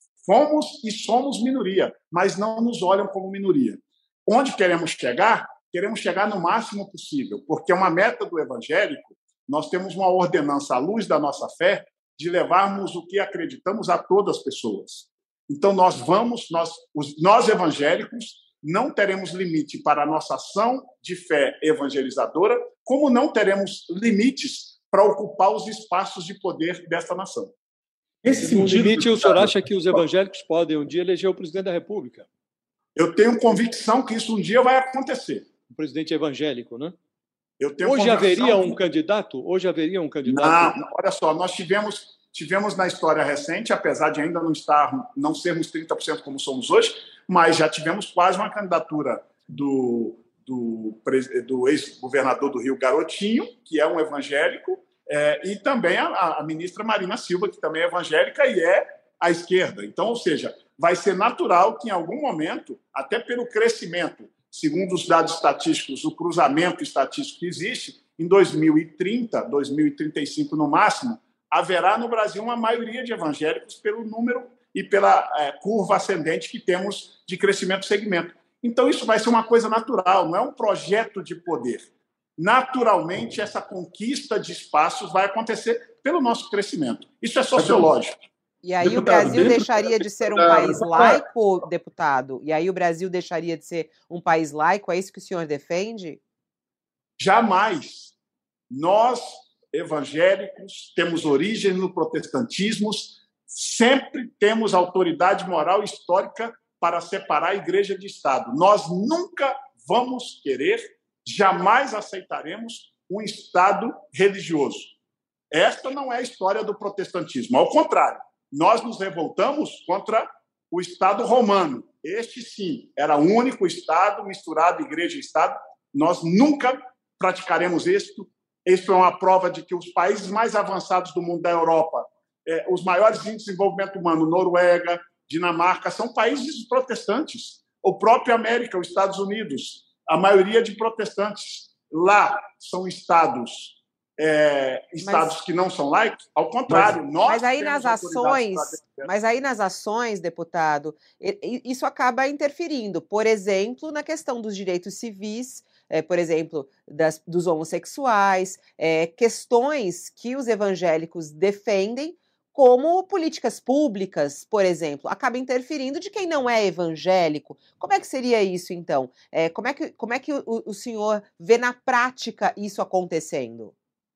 fomos e somos minoria, mas não nos olham como minoria. Onde queremos chegar? Queremos chegar no máximo possível, porque é uma meta do evangélico. Nós temos uma ordenança à luz da nossa fé de levarmos o que acreditamos a todas as pessoas. Então, nós vamos, nós, os, nós evangélicos, não teremos limite para a nossa ação de fé evangelizadora, como não teremos limites para ocupar os espaços de poder desta nação. Esse no limite, o senhor acha que os evangélicos podem um dia eleger o presidente da República? Eu tenho convicção que isso um dia vai acontecer. O presidente evangélico, né? Eu tenho Hoje haveria um que... candidato? Hoje haveria um candidato? Não, olha só, nós tivemos... Tivemos na história recente, apesar de ainda não estar, não sermos trinta por cento como somos hoje, mas já tivemos quase uma candidatura do, do, do ex-governador do Rio, Garotinho, que é um evangélico, é, e também a, a ministra Marina Silva, que também é evangélica e é à esquerda. Então, ou seja, vai ser natural que em algum momento, até pelo crescimento, segundo os dados estatísticos, o cruzamento estatístico que existe, em dois mil e trinta, dois mil e trinta e cinco no máximo, haverá no Brasil uma maioria de evangélicos pelo número e pela é, curva ascendente que temos de crescimento do segmento. Então, isso vai ser uma coisa natural, não é um projeto de poder. Naturalmente, essa conquista de espaços vai acontecer pelo nosso crescimento. Isso é sociológico. E aí deputado, o Brasil deixaria de ser um país laico, deputado? E aí o Brasil deixaria de ser um país laico? É isso que o senhor defende? Jamais. Nós... evangélicos, temos origem no protestantismo, sempre temos autoridade moral histórica para separar a igreja de Estado. Nós nunca vamos querer, jamais aceitaremos um Estado religioso. Esta não é a história do protestantismo. Ao contrário, nós nos revoltamos contra o Estado romano. Este, sim, era o único Estado misturado, igreja e Estado. Nós nunca praticaremos isto. Isso é uma prova de que os países mais avançados do mundo da Europa, eh, os maiores índices de desenvolvimento humano, Noruega, Dinamarca, são países protestantes. O próprio América, os Estados Unidos, a maioria de protestantes. Lá são estados, é, estados mas, que não são laicos. Ao contrário, mas, nós mas aí nas ações, mas aí nas ações, deputado, isso acaba interferindo. Por exemplo, na questão dos direitos civis. É, por exemplo, das, dos homossexuais, é, questões que os evangélicos defendem, como políticas públicas, por exemplo, acaba interferindo de quem não é evangélico. Como é que seria isso, então? É, como é que, como é que o, o senhor vê na prática isso acontecendo?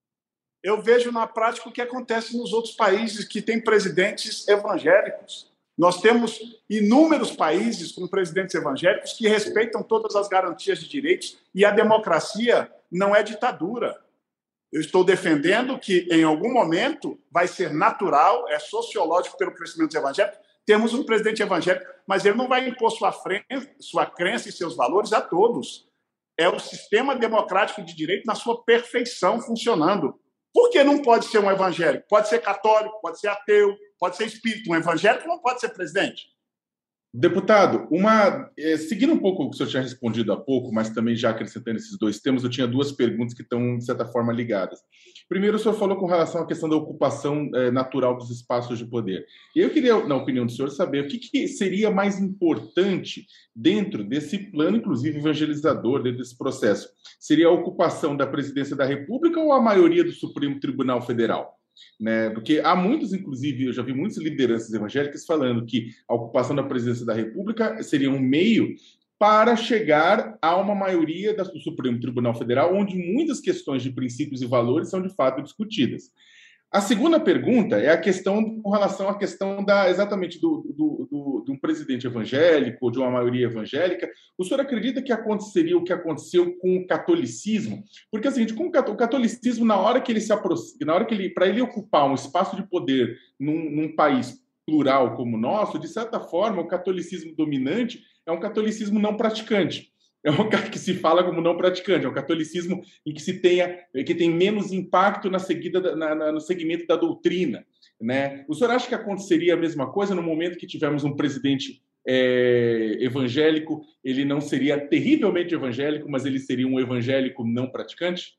Eu vejo na prática o que acontece nos outros países que têm presidentes evangélicos. Nós temos inúmeros países com presidentes evangélicos que respeitam todas as garantias de direitos e a democracia não é ditadura. Eu estou defendendo que, em algum momento, vai ser natural, é sociológico pelo crescimento dos evangélicos, temos um presidente evangélico, mas ele não vai impor sua, frente, sua crença e seus valores a todos. É o sistema democrático de direito na sua perfeição funcionando. Por que não pode ser um evangélico? Pode ser católico, pode ser ateu, pode ser espírita. Um evangélico não pode ser presidente. Deputado, uma, é, seguindo um pouco o que o senhor tinha respondido há pouco, mas também já acrescentando esses dois temas, eu tinha duas perguntas que estão, de certa forma, ligadas. Primeiro, o senhor falou com relação à questão da ocupação é, natural dos espaços de poder. E eu queria, na opinião do senhor, saber o que, que seria mais importante dentro desse plano, inclusive evangelizador, dentro desse processo. Seria a ocupação da presidência da República ou a maioria do Supremo Tribunal Federal? Né? Porque há muitos, inclusive, eu já vi muitas lideranças evangélicas falando que a ocupação da presidência da República seria um meio para chegar a uma maioria do Supremo Tribunal Federal, onde muitas questões de princípios e valores são de fato discutidas. A segunda pergunta é a questão com relação à questão da, exatamente do, do, do, de um presidente evangélico, ou de uma maioria evangélica. O senhor acredita que aconteceria o que aconteceu com o catolicismo? Porque assim, com o catolicismo, na hora que ele se aproxima, na hora que ele, para ele ocupar um espaço de poder num, num país plural como o nosso, de certa forma, o catolicismo dominante é um catolicismo não praticante. É um que se fala como não praticante, é um catolicismo em que se tenha, que tem menos impacto na seguida, na, na, no segmento da doutrina, né? O senhor acha que aconteceria a mesma coisa no momento que tivermos um presidente é, evangélico? Ele não seria terrivelmente evangélico, mas ele seria um evangélico não praticante?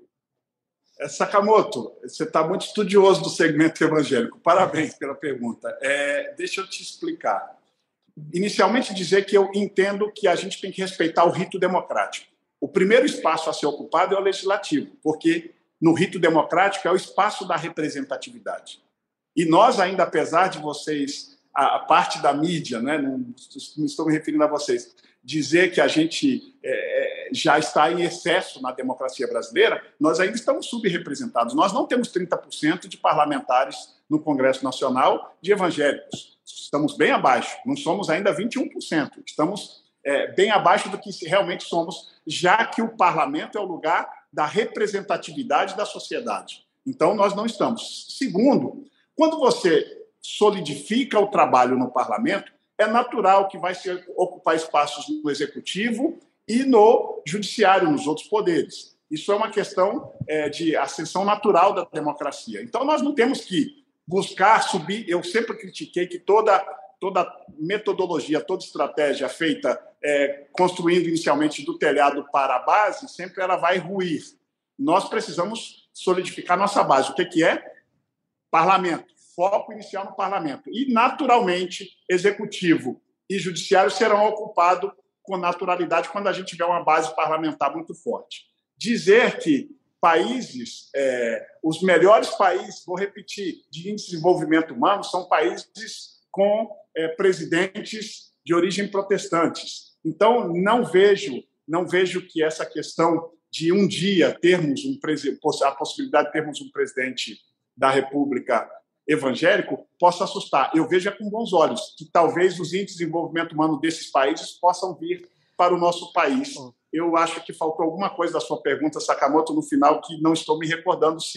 Sakamoto, você está muito estudioso do segmento evangélico. Parabéns pela pergunta. É, deixa eu te explicar. Inicialmente, dizer que eu entendo que a gente tem que respeitar o rito democrático. O primeiro espaço a ser ocupado é o legislativo, porque no rito democrático é o espaço da representatividade. E nós ainda, apesar de vocês, a, a parte da mídia, né, não, não estou me referindo a vocês, dizer que a gente é, já está em excesso na democracia brasileira, nós ainda estamos subrepresentados. Nós não temos trinta por cento de parlamentares no Congresso Nacional de evangélicos. Estamos bem abaixo, não somos ainda vinte e um por cento. Estamos é, bem abaixo do que realmente somos, já que o parlamento é o lugar da representatividade da sociedade. Então, nós não estamos. Segundo, quando você solidifica o trabalho no parlamento, é natural que vai se ocupar espaços no executivo e no judiciário, nos outros poderes. Isso é uma questão é, de ascensão natural da democracia. Então, nós não temos que buscar subir. Eu sempre critiquei que toda, toda metodologia, toda estratégia feita é, construindo inicialmente do telhado para a base, sempre ela vai ruir. Nós precisamos solidificar nossa base. O que, que é? Parlamento. Foco inicial no parlamento. E, naturalmente, executivo e judiciário serão ocupados com naturalidade quando a gente tiver uma base parlamentar muito forte. Dizer que países, é, os melhores países, vou repetir, de índice de desenvolvimento humano, são países com é, presidentes de origem protestantes. Então, não vejo, não vejo que essa questão de um dia termos um, a possibilidade de termos um presidente da República evangélico possa assustar. Eu vejo é com bons olhos que talvez os índices de desenvolvimento humano desses países possam vir para o nosso país. Eu acho que faltou alguma coisa da sua pergunta, Sakamoto, no final, que não estou me recordando se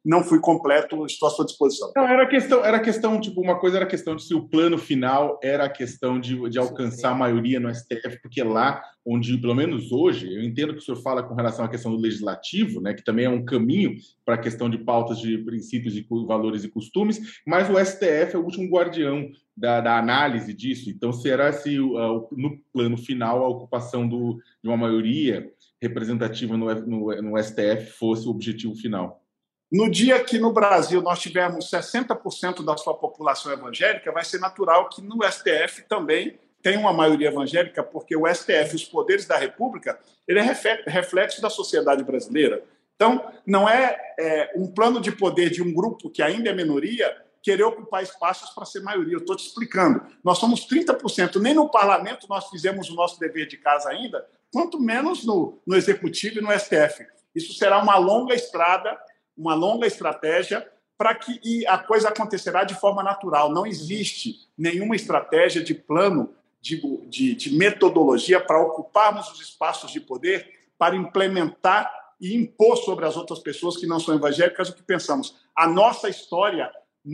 não fui completo, estou à sua disposição. Não, era questão, era questão, tipo, uma coisa era a questão de se o plano final era a questão de, de alcançar a maioria no S T F, porque lá onde, pelo menos hoje, eu entendo que o senhor fala com relação à questão do legislativo, né, que também é um caminho para a questão de pautas de princípios e valores e costumes, mas o S T F é o último guardião da, da análise disso. Então, será se uh, no plano final a ocupação do, de uma maioria representativa no, no, no S T F fosse o objetivo final? No dia que no Brasil nós tivermos sessenta por cento da sua população evangélica, vai ser natural que no S T F também tenha uma maioria evangélica, porque o S T F, os poderes da República, ele é reflexo da sociedade brasileira. Então, não é, é um plano de poder de um grupo que ainda é minoria querer ocupar espaços para ser maioria. Eu estou te explicando. Nós somos trinta por cento. Nem no parlamento nós fizemos o nosso dever de casa ainda, quanto menos no, no executivo e no S T F. Isso será uma longa estrada, uma longa estratégia para que e a coisa acontecerá de forma natural. Não existe nenhuma estratégia de plano, de, de, de metodologia para ocuparmos os espaços de poder, para implementar e impor sobre as outras pessoas que não são evangélicas o que pensamos. A nossa história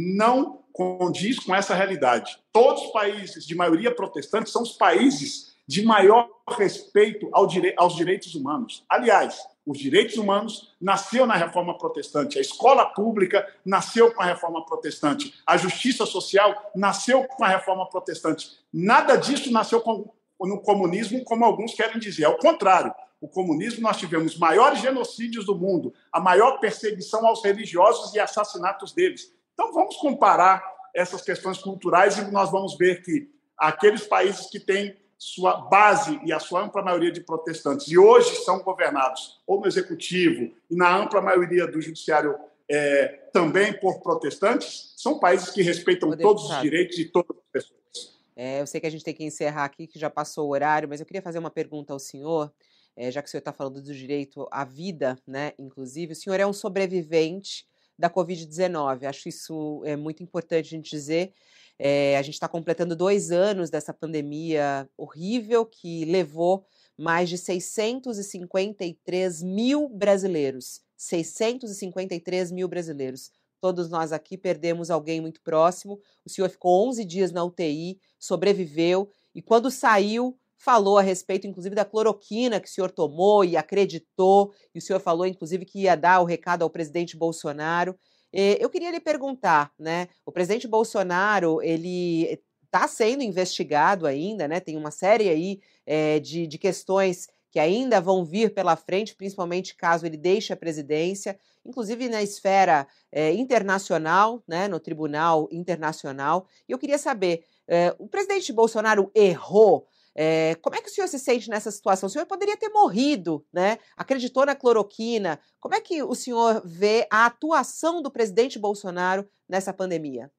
não condiz com essa realidade. Todos os países de maioria protestante são os países de maior respeito ao dire... aos direitos humanos. Aliás, os direitos humanos nasceu na Reforma Protestante, a escola pública nasceu com a Reforma Protestante, a justiça social nasceu com a Reforma Protestante. Nada disso nasceu com... no comunismo, como alguns querem dizer. Ao contrário, o comunismo nós tivemos os maiores genocídios do mundo, a maior perseguição aos religiosos e assassinatos deles. Então, vamos comparar essas questões culturais e nós vamos ver que aqueles países que têm sua base e a sua ampla maioria de protestantes, e hoje são governados ou no executivo e na ampla maioria do judiciário é, também por protestantes, são países que respeitam todos os direitos de todas as pessoas. É, eu sei que a gente tem que encerrar aqui, que já passou o horário, mas eu queria fazer uma pergunta ao senhor, é, já que o senhor está falando do direito à vida, né? Inclusive, o senhor é um sobrevivente da covid dezenove. Acho isso é muito importante a gente dizer. É, a gente está completando dois anos dessa pandemia horrível que levou mais de seiscentos e cinquenta e três mil brasileiros. seiscentos e cinquenta e três mil brasileiros. Todos nós aqui perdemos alguém muito próximo. O senhor ficou onze dias na U T I, sobreviveu e quando saiu, falou a respeito, inclusive, da cloroquina que o senhor tomou e acreditou. E o senhor falou, inclusive, que ia dar o recado ao presidente Bolsonaro. Eu queria lhe perguntar, né? O presidente Bolsonaro, ele está sendo investigado ainda, né? Tem uma série aí é, de, de questões que ainda vão vir pela frente, principalmente caso ele deixe a presidência, inclusive na esfera é, internacional, né? No Tribunal Internacional. E eu queria saber, é, o presidente Bolsonaro errou? É, como é que o senhor se sente nessa situação? O senhor poderia ter morrido, né? Acreditou na cloroquina. Como é que o senhor vê a atuação do presidente Bolsonaro nessa pandemia?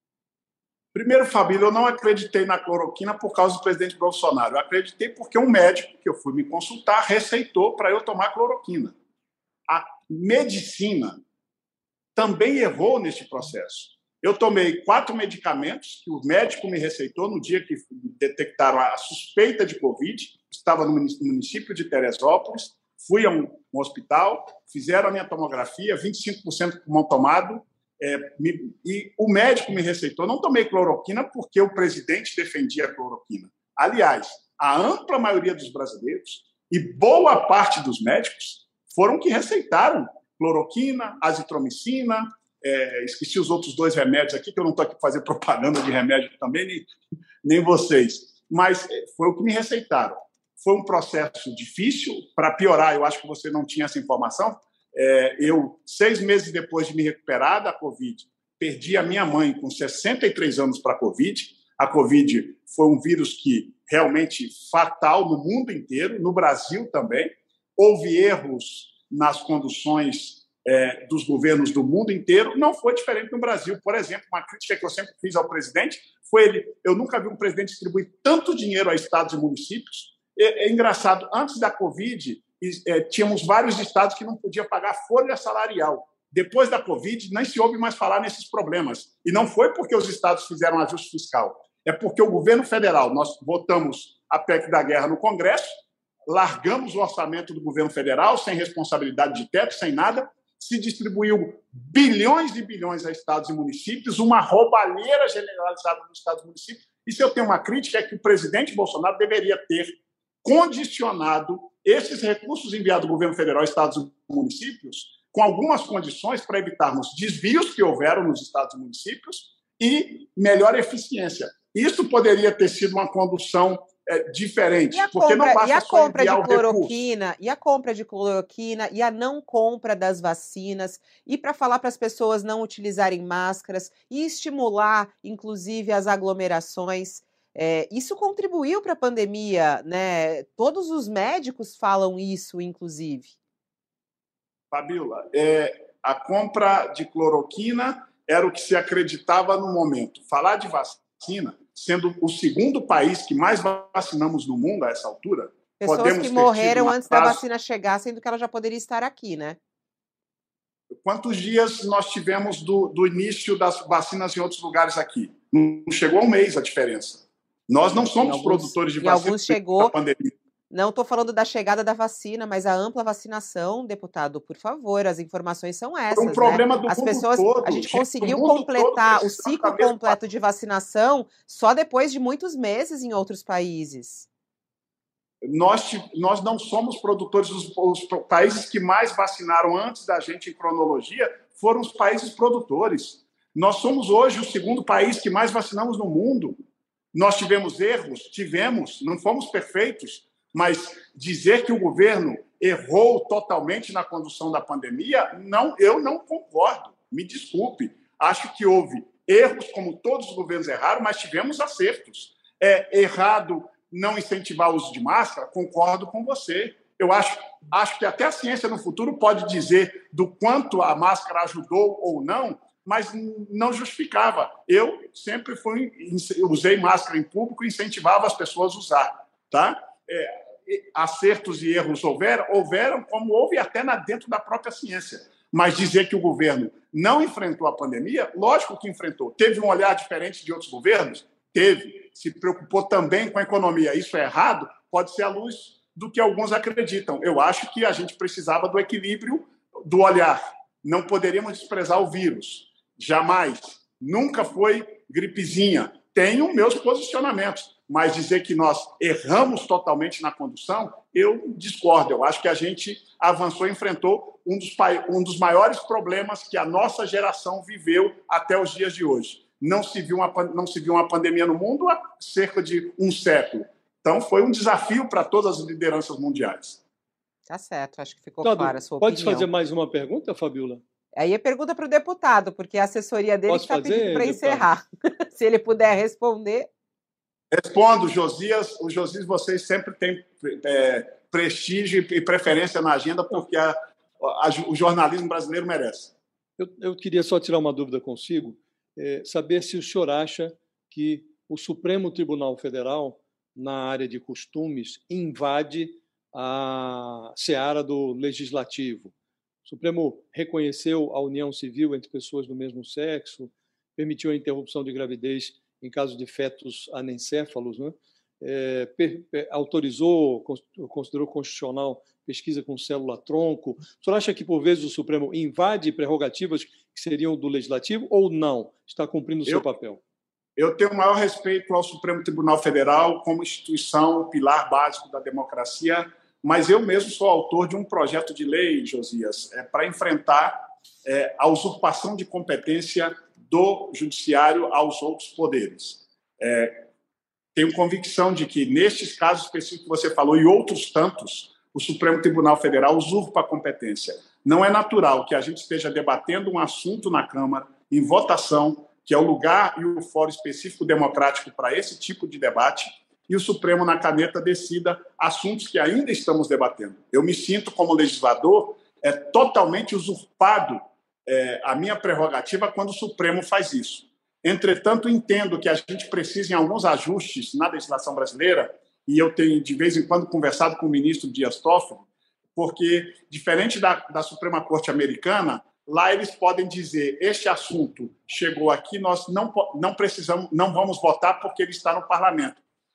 Primeiro, Fabíola, eu não acreditei na cloroquina por causa do presidente Bolsonaro. Eu acreditei porque um médico que eu fui me consultar receitou para eu tomar cloroquina. A medicina também errou neste processo. Eu tomei quatro medicamentos que o médico me receitou no dia que detectaram a suspeita de Covid. Estava no município de Teresópolis, fui a um, um hospital, fizeram a minha tomografia, vinte e cinco por cento pulmão tomado, é, me, e o médico me receitou. Não tomei cloroquina porque o presidente defendia a cloroquina. Aliás, a ampla maioria dos brasileiros e boa parte dos médicos foram que receitaram cloroquina, azitromicina. É, esqueci os outros dois remédios aqui, que eu não estou aqui para fazer propaganda de remédio também, nem, nem vocês. Mas foi o que me receitaram. Foi um processo difícil. Para piorar, eu acho que você não tinha essa informação. É, eu, seis meses depois de me recuperar da Covid, perdi a minha mãe com sessenta e três anos para a Covid. A Covid foi um vírus que realmente fatal no mundo inteiro, no Brasil também. Houve erros nas conduções É, dos governos do mundo inteiro, não foi diferente no Brasil. Por exemplo, uma crítica que eu sempre fiz ao presidente foi ele, eu nunca vi um presidente distribuir tanto dinheiro a estados e municípios. É, é engraçado, antes da Covid, é, tínhamos vários estados que não podiam pagar folha salarial. Depois da Covid, nem se ouve mais falar nesses problemas. E não foi porque os estados fizeram ajuste fiscal, é porque o governo federal, nós votamos a P E C da guerra no Congresso, largamos o orçamento do governo federal, sem responsabilidade de teto, sem nada, se distribuiu bilhões e bilhões a estados e municípios, uma roubalheira generalizada nos estados e municípios. E se eu tenho uma crítica, é que o presidente Bolsonaro deveria ter condicionado esses recursos enviados do governo federal, estados e municípios, com algumas condições para evitarmos desvios que houveram nos estados e municípios e melhor eficiência. Isso poderia ter sido uma condução é, diferente, e porque compra, não basta e a só compra enviar de o recurso. cloroquina, e a compra de cloroquina, e a não compra das vacinas, e para falar para as pessoas não utilizarem máscaras, e estimular, inclusive, as aglomerações. É, isso contribuiu para a pandemia, né? Todos os médicos falam isso, inclusive. Fabíola, é, a compra de cloroquina era o que se acreditava no momento. Falar de vacina, sendo o segundo país que mais vacinamos no mundo a essa altura, pessoas podemos que ter morreram tido um antes da atraso. vacina chegar, sendo que ela já poderia estar aqui, né? Quantos dias nós tivemos do, do início das vacinas em outros lugares aqui? Não chegou a um mês a diferença. Nós não somos alguns, produtores de em vacina alguns chegou, da pandemia. Não estou falando da chegada da vacina, mas a ampla vacinação, deputado, por favor, as informações são essas, um problema né? do As mundo pessoas, todo, a gente gente, conseguiu do mundo completar todo o ciclo da mesma- completo de vacinação só depois de muitos meses em outros países. Nós, ti- nós não somos produtores, os, os países que mais vacinaram antes da gente em cronologia foram os países produtores. Nós somos hoje o segundo país que mais vacinamos no mundo. Nós tivemos erros? Tivemos, não fomos perfeitos, mas dizer que o governo errou totalmente na condução da pandemia, não, eu não concordo. Me desculpe. Acho que houve erros, como todos os governos erraram, mas tivemos acertos. É errado não incentivar o uso de máscara? Concordo com você. Eu acho, acho que até a ciência no futuro pode dizer do quanto a máscara ajudou ou não, mas não justificava. Eu sempre fui, usei máscara em público e incentivava as pessoas a usar. Tá? É, acertos e erros houveram, houveram, como houve até na, dentro da própria ciência. Mas dizer que o governo não enfrentou a pandemia, lógico que enfrentou. Teve um olhar diferente de outros governos? Teve. Se preocupou também com a economia. Isso é errado? Pode ser à luz do que alguns acreditam. Eu acho que a gente precisava do equilíbrio do olhar. Não poderíamos desprezar o vírus. Jamais. Nunca foi gripezinha. Tenho meus posicionamentos, mas dizer que nós erramos totalmente na condução, eu discordo. Eu acho que a gente avançou e enfrentou um dos, um dos maiores problemas que a nossa geração viveu até os dias de hoje. Não se viu uma, não se viu uma pandemia no mundo há cerca de um século. Então, foi um desafio para todas as lideranças mundiais. Tá certo, acho que ficou Todo, clara a sua pode opinião. fazer mais uma pergunta, Fabíola? Aí é pergunta para o deputado, porque a assessoria dele está pedindo para encerrar. Se ele puder responder. Respondo, Josias. O Josias, vocês sempre têm é, prestígio e preferência na agenda, porque a, a, o jornalismo brasileiro merece. Eu, eu queria só tirar uma dúvida consigo, é, saber se o senhor acha que o Supremo Tribunal Federal, na área de costumes, invade a seara do legislativo. O Supremo reconheceu a união civil entre pessoas do mesmo sexo, permitiu a interrupção de gravidez em caso de fetos anencéfalos, né? É, per, per, autorizou, considerou constitucional pesquisa com célula-tronco. O senhor acha que, por vezes, o Supremo invade prerrogativas que seriam do Legislativo ou não? Está cumprindo o seu eu, papel? Eu tenho o maior respeito ao Supremo Tribunal Federal como instituição, pilar básico da democracia, mas eu mesmo sou autor de um projeto de lei, Josias, é, para enfrentar é, a usurpação de competência do judiciário aos outros poderes. É, tenho convicção de que, nestes casos específicos que você falou e outros tantos, o Supremo Tribunal Federal usurpa a competência. Não é natural que a gente esteja debatendo um assunto na Câmara, em votação, que é o lugar e o fórum específico democrático para esse tipo de debate, e o Supremo, na caneta, decida assuntos que ainda estamos debatendo. Eu me sinto, como legislador, é, totalmente usurpado é, a minha prerrogativa quando o Supremo faz isso. Entretanto, entendo que a gente precisa, em alguns ajustes na legislação brasileira, e eu tenho, de vez em quando, conversado com o ministro Dias Toffoli, porque, diferente da, da Suprema Corte americana, lá eles podem dizer, este assunto chegou aqui, nós não, não precisamos, não vamos votar porque ele está no parlamento.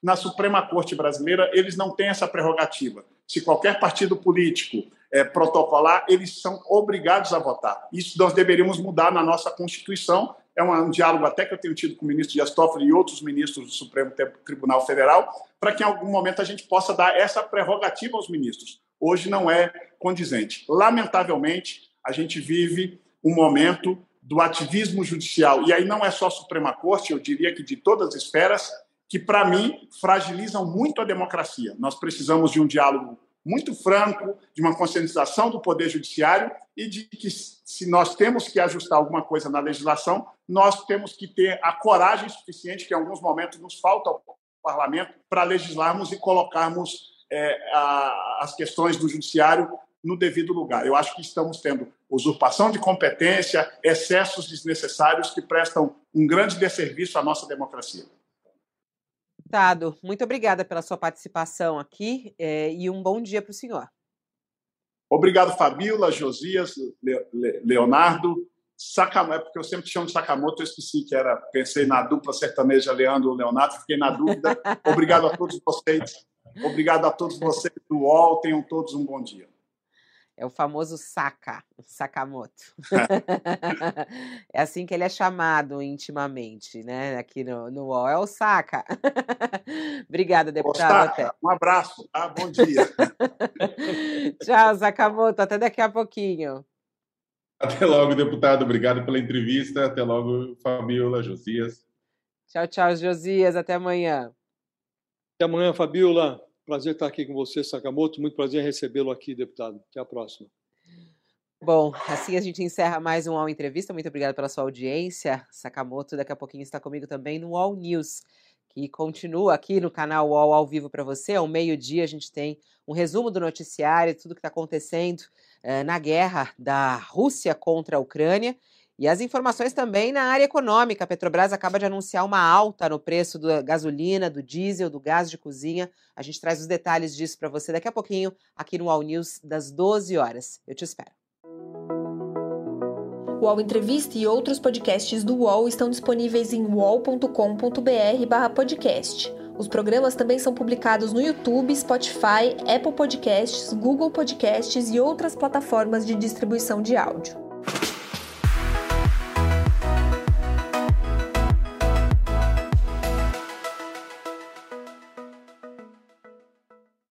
Na Suprema Corte Brasileira, eles não têm essa prerrogativa. Se qualquer partido político é, protocolar, eles são obrigados a votar. Isso nós deveríamos mudar na nossa Constituição. É um, um diálogo até que eu tenho tido com o ministro Dias Toffoli e outros ministros do Supremo Tribunal Federal, para que em algum momento a gente possa dar essa prerrogativa aos ministros. Hoje não é condizente. Lamentavelmente, a gente vive um momento do ativismo judicial, e aí não é só a Suprema Corte, eu diria que de todas as esferas, que, para mim, fragilizam muito a democracia. Nós precisamos de um diálogo muito franco, de uma conscientização do Poder Judiciário e de que, se nós temos que ajustar alguma coisa na legislação, nós temos que ter a coragem suficiente, que em alguns momentos nos falta ao Parlamento, para legislarmos e colocarmos é, a, as questões do Judiciário no devido lugar. Eu acho que estamos tendo usurpação de competência, excessos desnecessários que prestam um grande desserviço à nossa democracia. Deputado, muito obrigada pela sua participação aqui é, e um bom dia para o senhor. Obrigado, Fabíola, Josias, Le- Le- Leonardo, Sakamoto, é porque eu sempre te chamo de Sakamoto, eu esqueci que era, pensei na dupla sertaneja Leandro e Leonardo, fiquei na dúvida. Obrigado a todos vocês, obrigado a todos vocês do U O L, tenham todos um bom dia. É o famoso Saka, Sakamoto. É assim que ele é chamado intimamente, né? Aqui no, no U O L. É o Saka. Obrigada, deputado. Ô, Saka, um abraço, tá? Bom dia. Tchau, Sakamoto. Até daqui a pouquinho. Até logo, deputado. Obrigado pela entrevista. Até logo, Fabíola, Josias. Tchau, tchau, Josias. Até amanhã. Até amanhã, Fabíola. Prazer estar aqui com você, Sakamoto. Muito prazer em recebê-lo aqui, deputado. Até a próxima. Bom, assim a gente encerra mais um U O L Entrevista. Muito obrigada pela sua audiência. Sakamoto daqui a pouquinho está comigo também no U O L News, que continua aqui no canal U O L ao vivo para você. Ao meio-dia a gente tem um resumo do noticiário, tudo que está acontecendo eh, na guerra da Rússia contra a Ucrânia. E as informações também na área econômica. A Petrobras acaba de anunciar uma alta no preço da gasolina, do diesel, do gás de cozinha. A gente traz os detalhes disso para você daqui a pouquinho, aqui no U O L News, das doze horas. Eu te espero. O U O L Entrevista e outros podcasts do U O L estão disponíveis em uol ponto com ponto br barra podcast. Os programas também são publicados no YouTube, Spotify, Apple Podcasts, Google Podcasts e outras plataformas de distribuição de áudio.